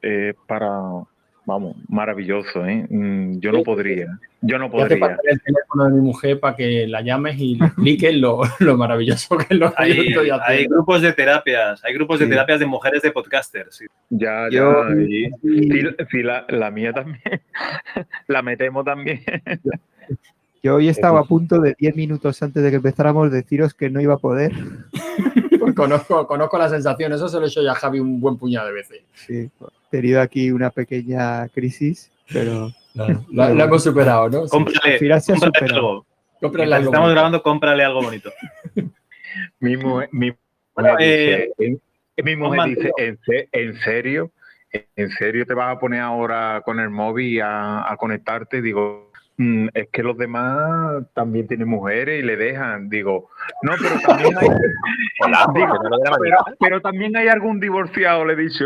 maravilloso, ¿eh? Yo no podría. Ya te pasaré el teléfono de mi mujer para que la llames y le expliques lo maravilloso que es lo que yo estoy haciendo. Hay grupos de terapias, de terapias de mujeres de podcasters. Sí. Ya. Sí, la mía también. La metemos también. Yo hoy estaba a punto de 10 minutos antes de que empezáramos deciros que no iba a poder. Pues conozco la sensación, eso se lo he hecho ya a Javi un buen puñado de veces. Sí, he tenido aquí una pequeña crisis, pero... La hemos superado, ¿no? Cómprale, al final se ha cómprale superado. algo. Cómprale Mientras algo estamos bonito. grabando, cómprale algo bonito. Mi mujer Bueno, dice, ¿en serio? ¿En serio te vas a poner ahora con el móvil a conectarte? Digo, es que los demás también tienen mujeres y le dejan. Digo, no, pero también hay... Digo, pero también hay algún divorciado, le he dicho.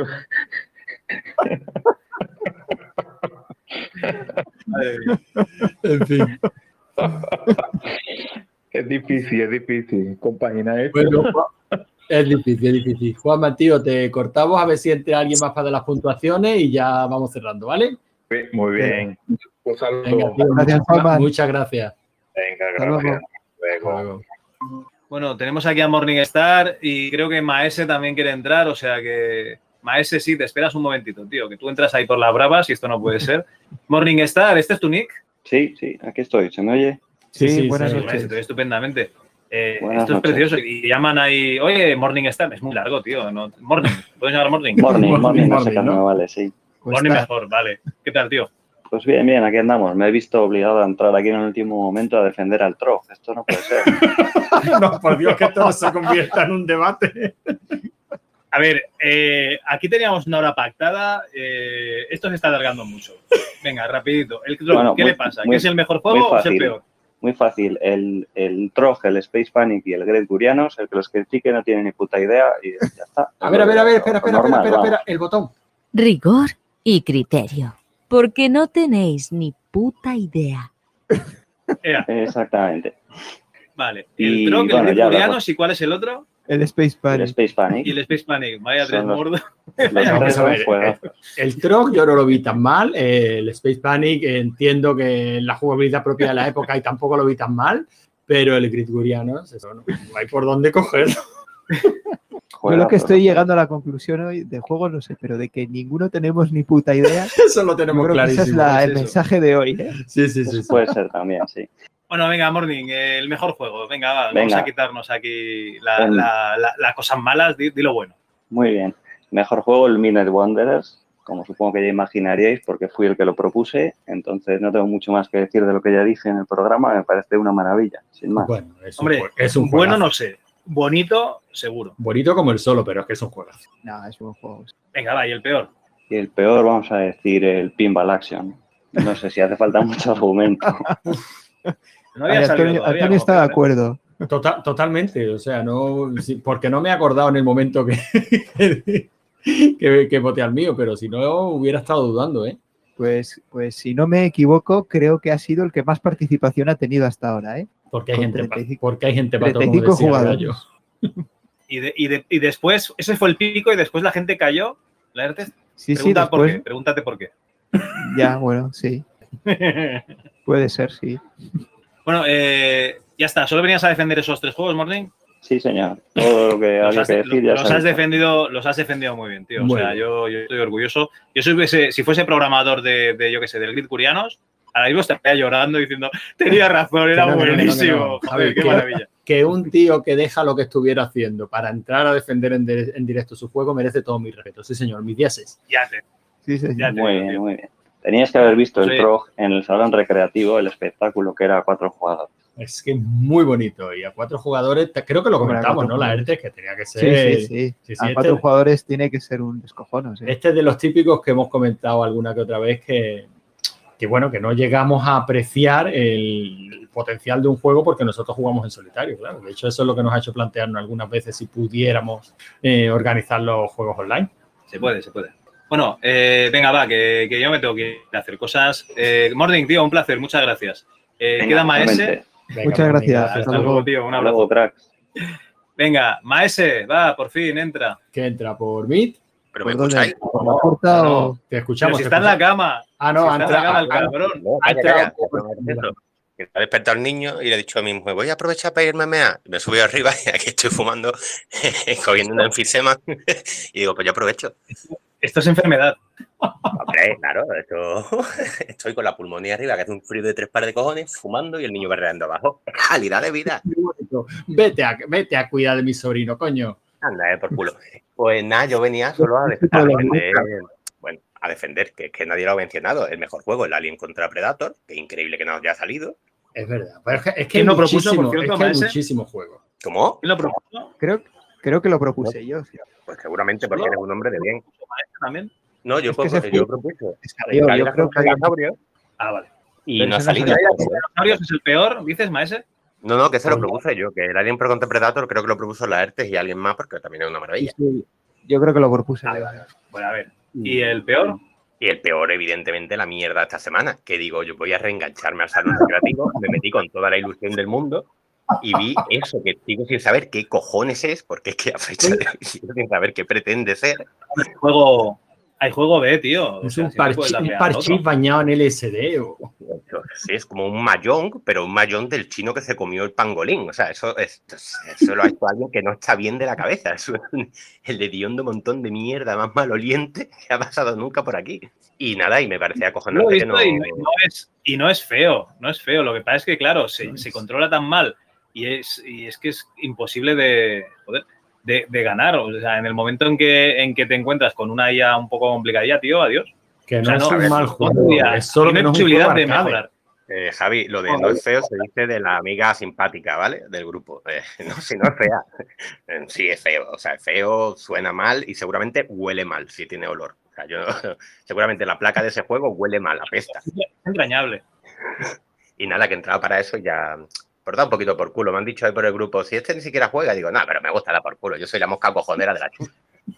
En fin. Es difícil compaginar esto. Bueno, es difícil. Juanma, tío, te cortamos a ver si entra alguien más para las puntuaciones y ya vamos cerrando, ¿vale? Muy bien. Un saludo. Venga, tío, Gracias, Juanma. muchas gracias. Venga, Hasta luego. gracias. Hasta luego. Bueno, tenemos aquí a Morningstar y creo que Maese también quiere entrar, o sea que... Maese, sí, te esperas un momentito, tío, que tú entras ahí por las bravas y esto no puede ser. Morningstar, ¿este es tu nick? Sí, aquí estoy. ¿Se me oye? Sí, buenas Maese, noches. te ve estupendamente. Buenas Esto es noches. precioso y llaman ahí, oye, Morningstar, es muy largo, tío. No, Morning, ¿puedes llamar Morning? Morning, no sé qué ¿no? me vale, sí. Pues Morning está. mejor, vale. ¿Qué tal, tío? Pues bien, aquí andamos. Me he visto obligado a entrar aquí en el último momento a defender al Trog. Esto no puede ser. No, por Dios, que esto no se convierta en un debate. A ver, aquí teníamos una hora pactada. Esto se está alargando mucho. Venga, rapidito. El Trog, Bueno, ¿qué muy- le pasa? muy- ¿Que es el mejor muy juego o es el fácil. peor? Muy fácil. El Trog, el Space Panic y el Great Gurianos, el que los critique no tiene ni puta idea y ya está. A ver, espera, Normal, vamos. espera, el botón. Rigor y criterio. Porque no tenéis ni puta idea. Exactamente. Vale. Y, El Trog, el bueno, Great ya Gurianos, ¿y cuál es el otro? El Space El Panic. Space Panic. Y el Space Panic. Vaya Son tres los- mordos. Los Vamos tres a ver, son juegazos. El Trog yo no lo vi tan mal. El Space Panic entiendo que la jugabilidad propia de la época y tampoco lo vi tan mal. Pero el Great Gurianos, eso no hay por dónde cogerlo. Yo lo que estoy llegando a la conclusión hoy de juegos, no sé, pero de que ninguno tenemos ni puta idea. Eso lo Yo tenemos creo que ese clarísimo. es el eso. mensaje de hoy, ¿eh? Sí, sí. Puede ser también, sí. Bueno, venga, Morning, el mejor juego. Venga, va, vamos Venga. a quitarnos aquí las cosas malas. Di lo bueno. Muy bien. Mejor juego, el Midnight Wanderers, como supongo que ya imaginaríais, porque fui el que lo propuse. Entonces no tengo mucho más que decir de lo que ya dije en el programa. Me parece una maravilla, sin más. Bueno, es Hombre, es un bueno, juegazo. no sé. Bonito, seguro. Bonito como el solo, pero es que es un juegazo. No, es un juego. Venga, va, y el peor. Y el peor, vamos a decir, el Pinball Action. No sé si hace falta mucho argumento. No había salido Antonio, todavía. Antonio como está de peor, ¿eh? acuerdo. Totalmente, o sea, no, porque no me he acordado en el momento que voté al mío, pero si no hubiera estado dudando, ¿eh? Pues si no me equivoco, creo que ha sido el que más participación ha tenido hasta ahora, ¿eh? Porque hay Con gente, 35 porque hay gente pato, como 35 decía el jugadores. gallo. Y después, ese fue el pico y después la gente cayó. La ERTE, Sí, pregunta por después, qué. Pregúntate por qué. ya, bueno, sí. Puede ser, sí. Bueno, ya está. ¿Solo venías a defender esos tres juegos, Morning? Sí, señor. Todo lo que había que decir ya Los se ha has dicho. defendido muy bien, tío. Muy o sea, bien. yo estoy orgulloso. Yo si fuese programador de yo qué sé, del Grid Curianos, ahora mismo estaría llorando diciendo, tenía razón, era Que no, que no, buenísimo. que no. Joder, qué Que- maravilla. Que un tío que deja lo que estuviera haciendo para entrar a defender en directo su juego merece todo mi respeto. Sí, señor, mis dieces. Ya te. Sí, señor. Ya te Muy digo, bien, tío. muy bien. Tenías que haber visto Sí. el Trog en el salón recreativo, el espectáculo que era a 4 jugadores. Es que muy bonito. Y a 4 jugadores, creo que lo Hombre, a comentamos, 4 ¿no? La jugadores. ERTE, que tenía que Sí, ser. sí, sí. Sí, A este- 4 jugadores tiene que ser un descojonos, ¿eh? Este es de los típicos que hemos comentado alguna que otra vez que bueno, que no llegamos a apreciar el potencial de un juego porque nosotros jugamos en solitario, claro. De hecho, eso es lo que nos ha hecho plantearnos algunas veces si pudiéramos organizar los juegos online. Se puede. Bueno, venga, va, que yo me tengo que ir a hacer cosas. Morning, tío, un placer, muchas gracias. Venga, Queda Maese. igualmente. Venga, Muchas pues, gracias. venga, Hasta luego, tío, un Hasta abrazo. luego, cracks. Venga, Maese, va, por fin, entra. que entra por Meet. ¿Pero me ¿Por dónde? escucháis? ¿Por la puerta No, o...? Te Pero escuchamos. si te está en la escuchamos. cama. Ah, no, Si ha está en la cama el entrado. cabrón. No, Ha calla, entrado calla. Que ha despertado el niño y le he dicho a mi mujer, voy a aprovechar para irme a mear. Me subí arriba y aquí estoy fumando, cogiendo un enfisema y digo, pues yo aprovecho. Esto es enfermedad. Hombre, claro, estoy con la pulmonía arriba, que hace un frío de 3 pares de cojones, fumando y el niño berreando abajo. Calidad de vida. Vete a cuidar de mi sobrino, coño. Anda, por culo. Pues nada, yo venía solo a defender, que nadie lo ha mencionado, el mejor juego, el Alien contra Predator, que increíble que no haya salido. Es verdad, pero es que hay muchísimos juegos. ¿Cómo? ¿Quién lo propuso? Creo que lo propuse yo. Sí. Pues seguramente porque eres un hombre de bien. ¿También? No, yo propuse. Yo creo que dinosaurios. Ah, vale. Y no ha salido. ¿Dinosaurios es el peor, dices, Maese? No, que se lo propuse yo, que el Alien contra Predator creo que lo propuso la ERTES y alguien más, porque también es una maravilla. Sí, yo creo que lo propuse. Vale. Bueno, a ver. ¿Y el peor? Y el peor, evidentemente, la mierda esta semana, que digo, yo voy a reengancharme al salón recreativo, me metí con toda la ilusión del mundo y vi eso, que sigo sin saber qué cojones es, porque es que a fecha de hoy sigo sin saber qué pretende ser. Hay juego B, tío. Es un parchís bañado en LSD. Sí, es como un mahjong, pero un mahjong del chino que se comió el pangolín. O sea, eso lo ha hecho alguien que no está bien de la cabeza. Es el hediondo montón de mierda más maloliente que ha pasado nunca por aquí. Y nada, y me parece acojonante que no... Y no es feo, no es feo. Lo que pasa es que, claro, se controla tan mal y es que es imposible de ganar. O sea, en el momento en que te encuentras con una IA un poco complicadilla, tío, adiós. Que no es un mal juego, es solo que no es posibilidad de mejorar. Javi, lo de no es feo se dice de la amiga simpática, ¿vale? Del grupo. No, si no es fea. Sí es feo. O sea, es feo, suena mal y seguramente huele mal si tiene olor. O sea, seguramente la placa de ese juego huele mal, apesta. Es entrañable. Y nada, que entraba para eso ya... Por dar un poquito por culo. Me han dicho ahí por el grupo, si este ni siquiera juega, digo, no, pero me gusta la por culo. Yo soy la mosca cojonera de la chus.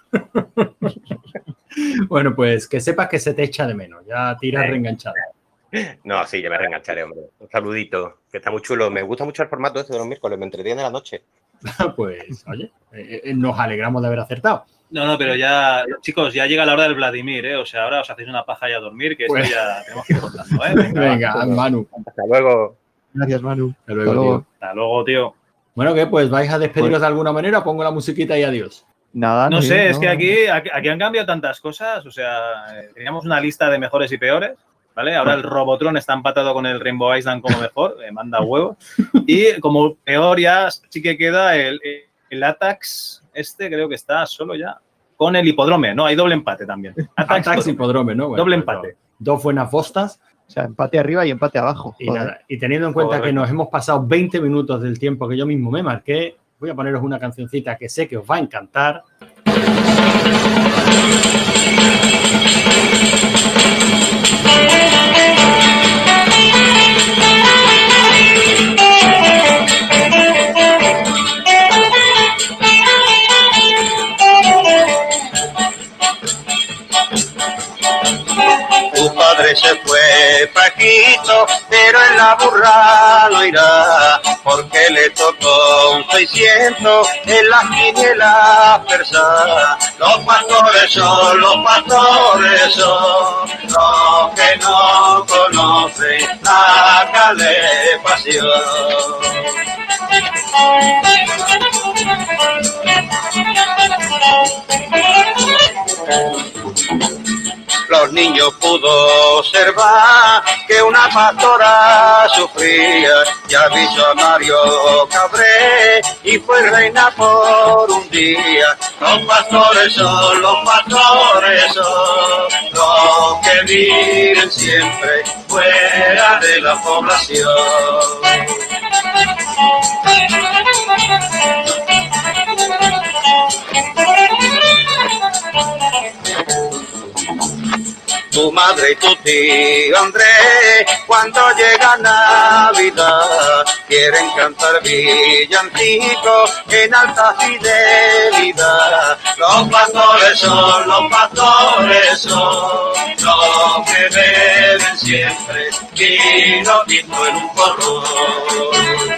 Bueno, pues que sepas que se te echa de menos. Ya tiras reenganchada. No, sí, ya me reengancharé, hombre. Un saludito, que está muy chulo. Me gusta mucho el formato este de los miércoles, me entretiene la noche. Pues, oye, nos alegramos de haber acertado. No, pero ya, chicos, ya llega la hora del Vladimir, ¿eh? O sea, ahora os hacéis una paja y a dormir, que pues... esto ya tenemos que ir contando, ¿eh? Venga, Manu. Hasta luego. Gracias, Manu. Hasta luego. Hasta luego, tío. Bueno, ¿qué? Pues vais a despediros de alguna manera, pongo la musiquita y adiós. Nada, no sé, es que aquí han cambiado tantas cosas. O sea, teníamos una lista de mejores y peores, ¿vale? Ahora el Robotron está empatado con el Rainbow Island como mejor, manda huevo. Y como peor ya sí que queda el Atax, creo que está solo ya con el Hipodrome. No, hay doble empate también. Atax Hipodrome, ¿no? Bueno, doble empate. Dos buenas bostas. O sea, empate arriba y empate abajo. Y, nada, y teniendo en cuenta que nos hemos pasado 20 minutos del tiempo que yo mismo me marqué, voy a poneros una cancioncita que sé que os va a encantar. Tu padre se fue Paquito, pero en la burra no irá, porque le tocó un 600 en la quiniela persa. Los pastores son los que no conocen la calefacción. Los niños pudo observar que una pastora sufría y avisó a Mario Cabré y fue reina por un día. Los pastores son los que viven siempre fuera de la población. Tu madre y tu tío Andrés, cuando llega Navidad, quieren cantar villancicos en alta fidelidad. Los pastores son los que beben siempre vino tinto en un porrón.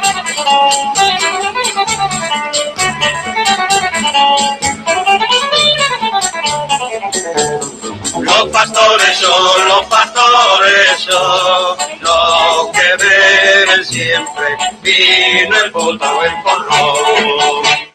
Los pastores son los que beben siempre vino, el bota o el porrón.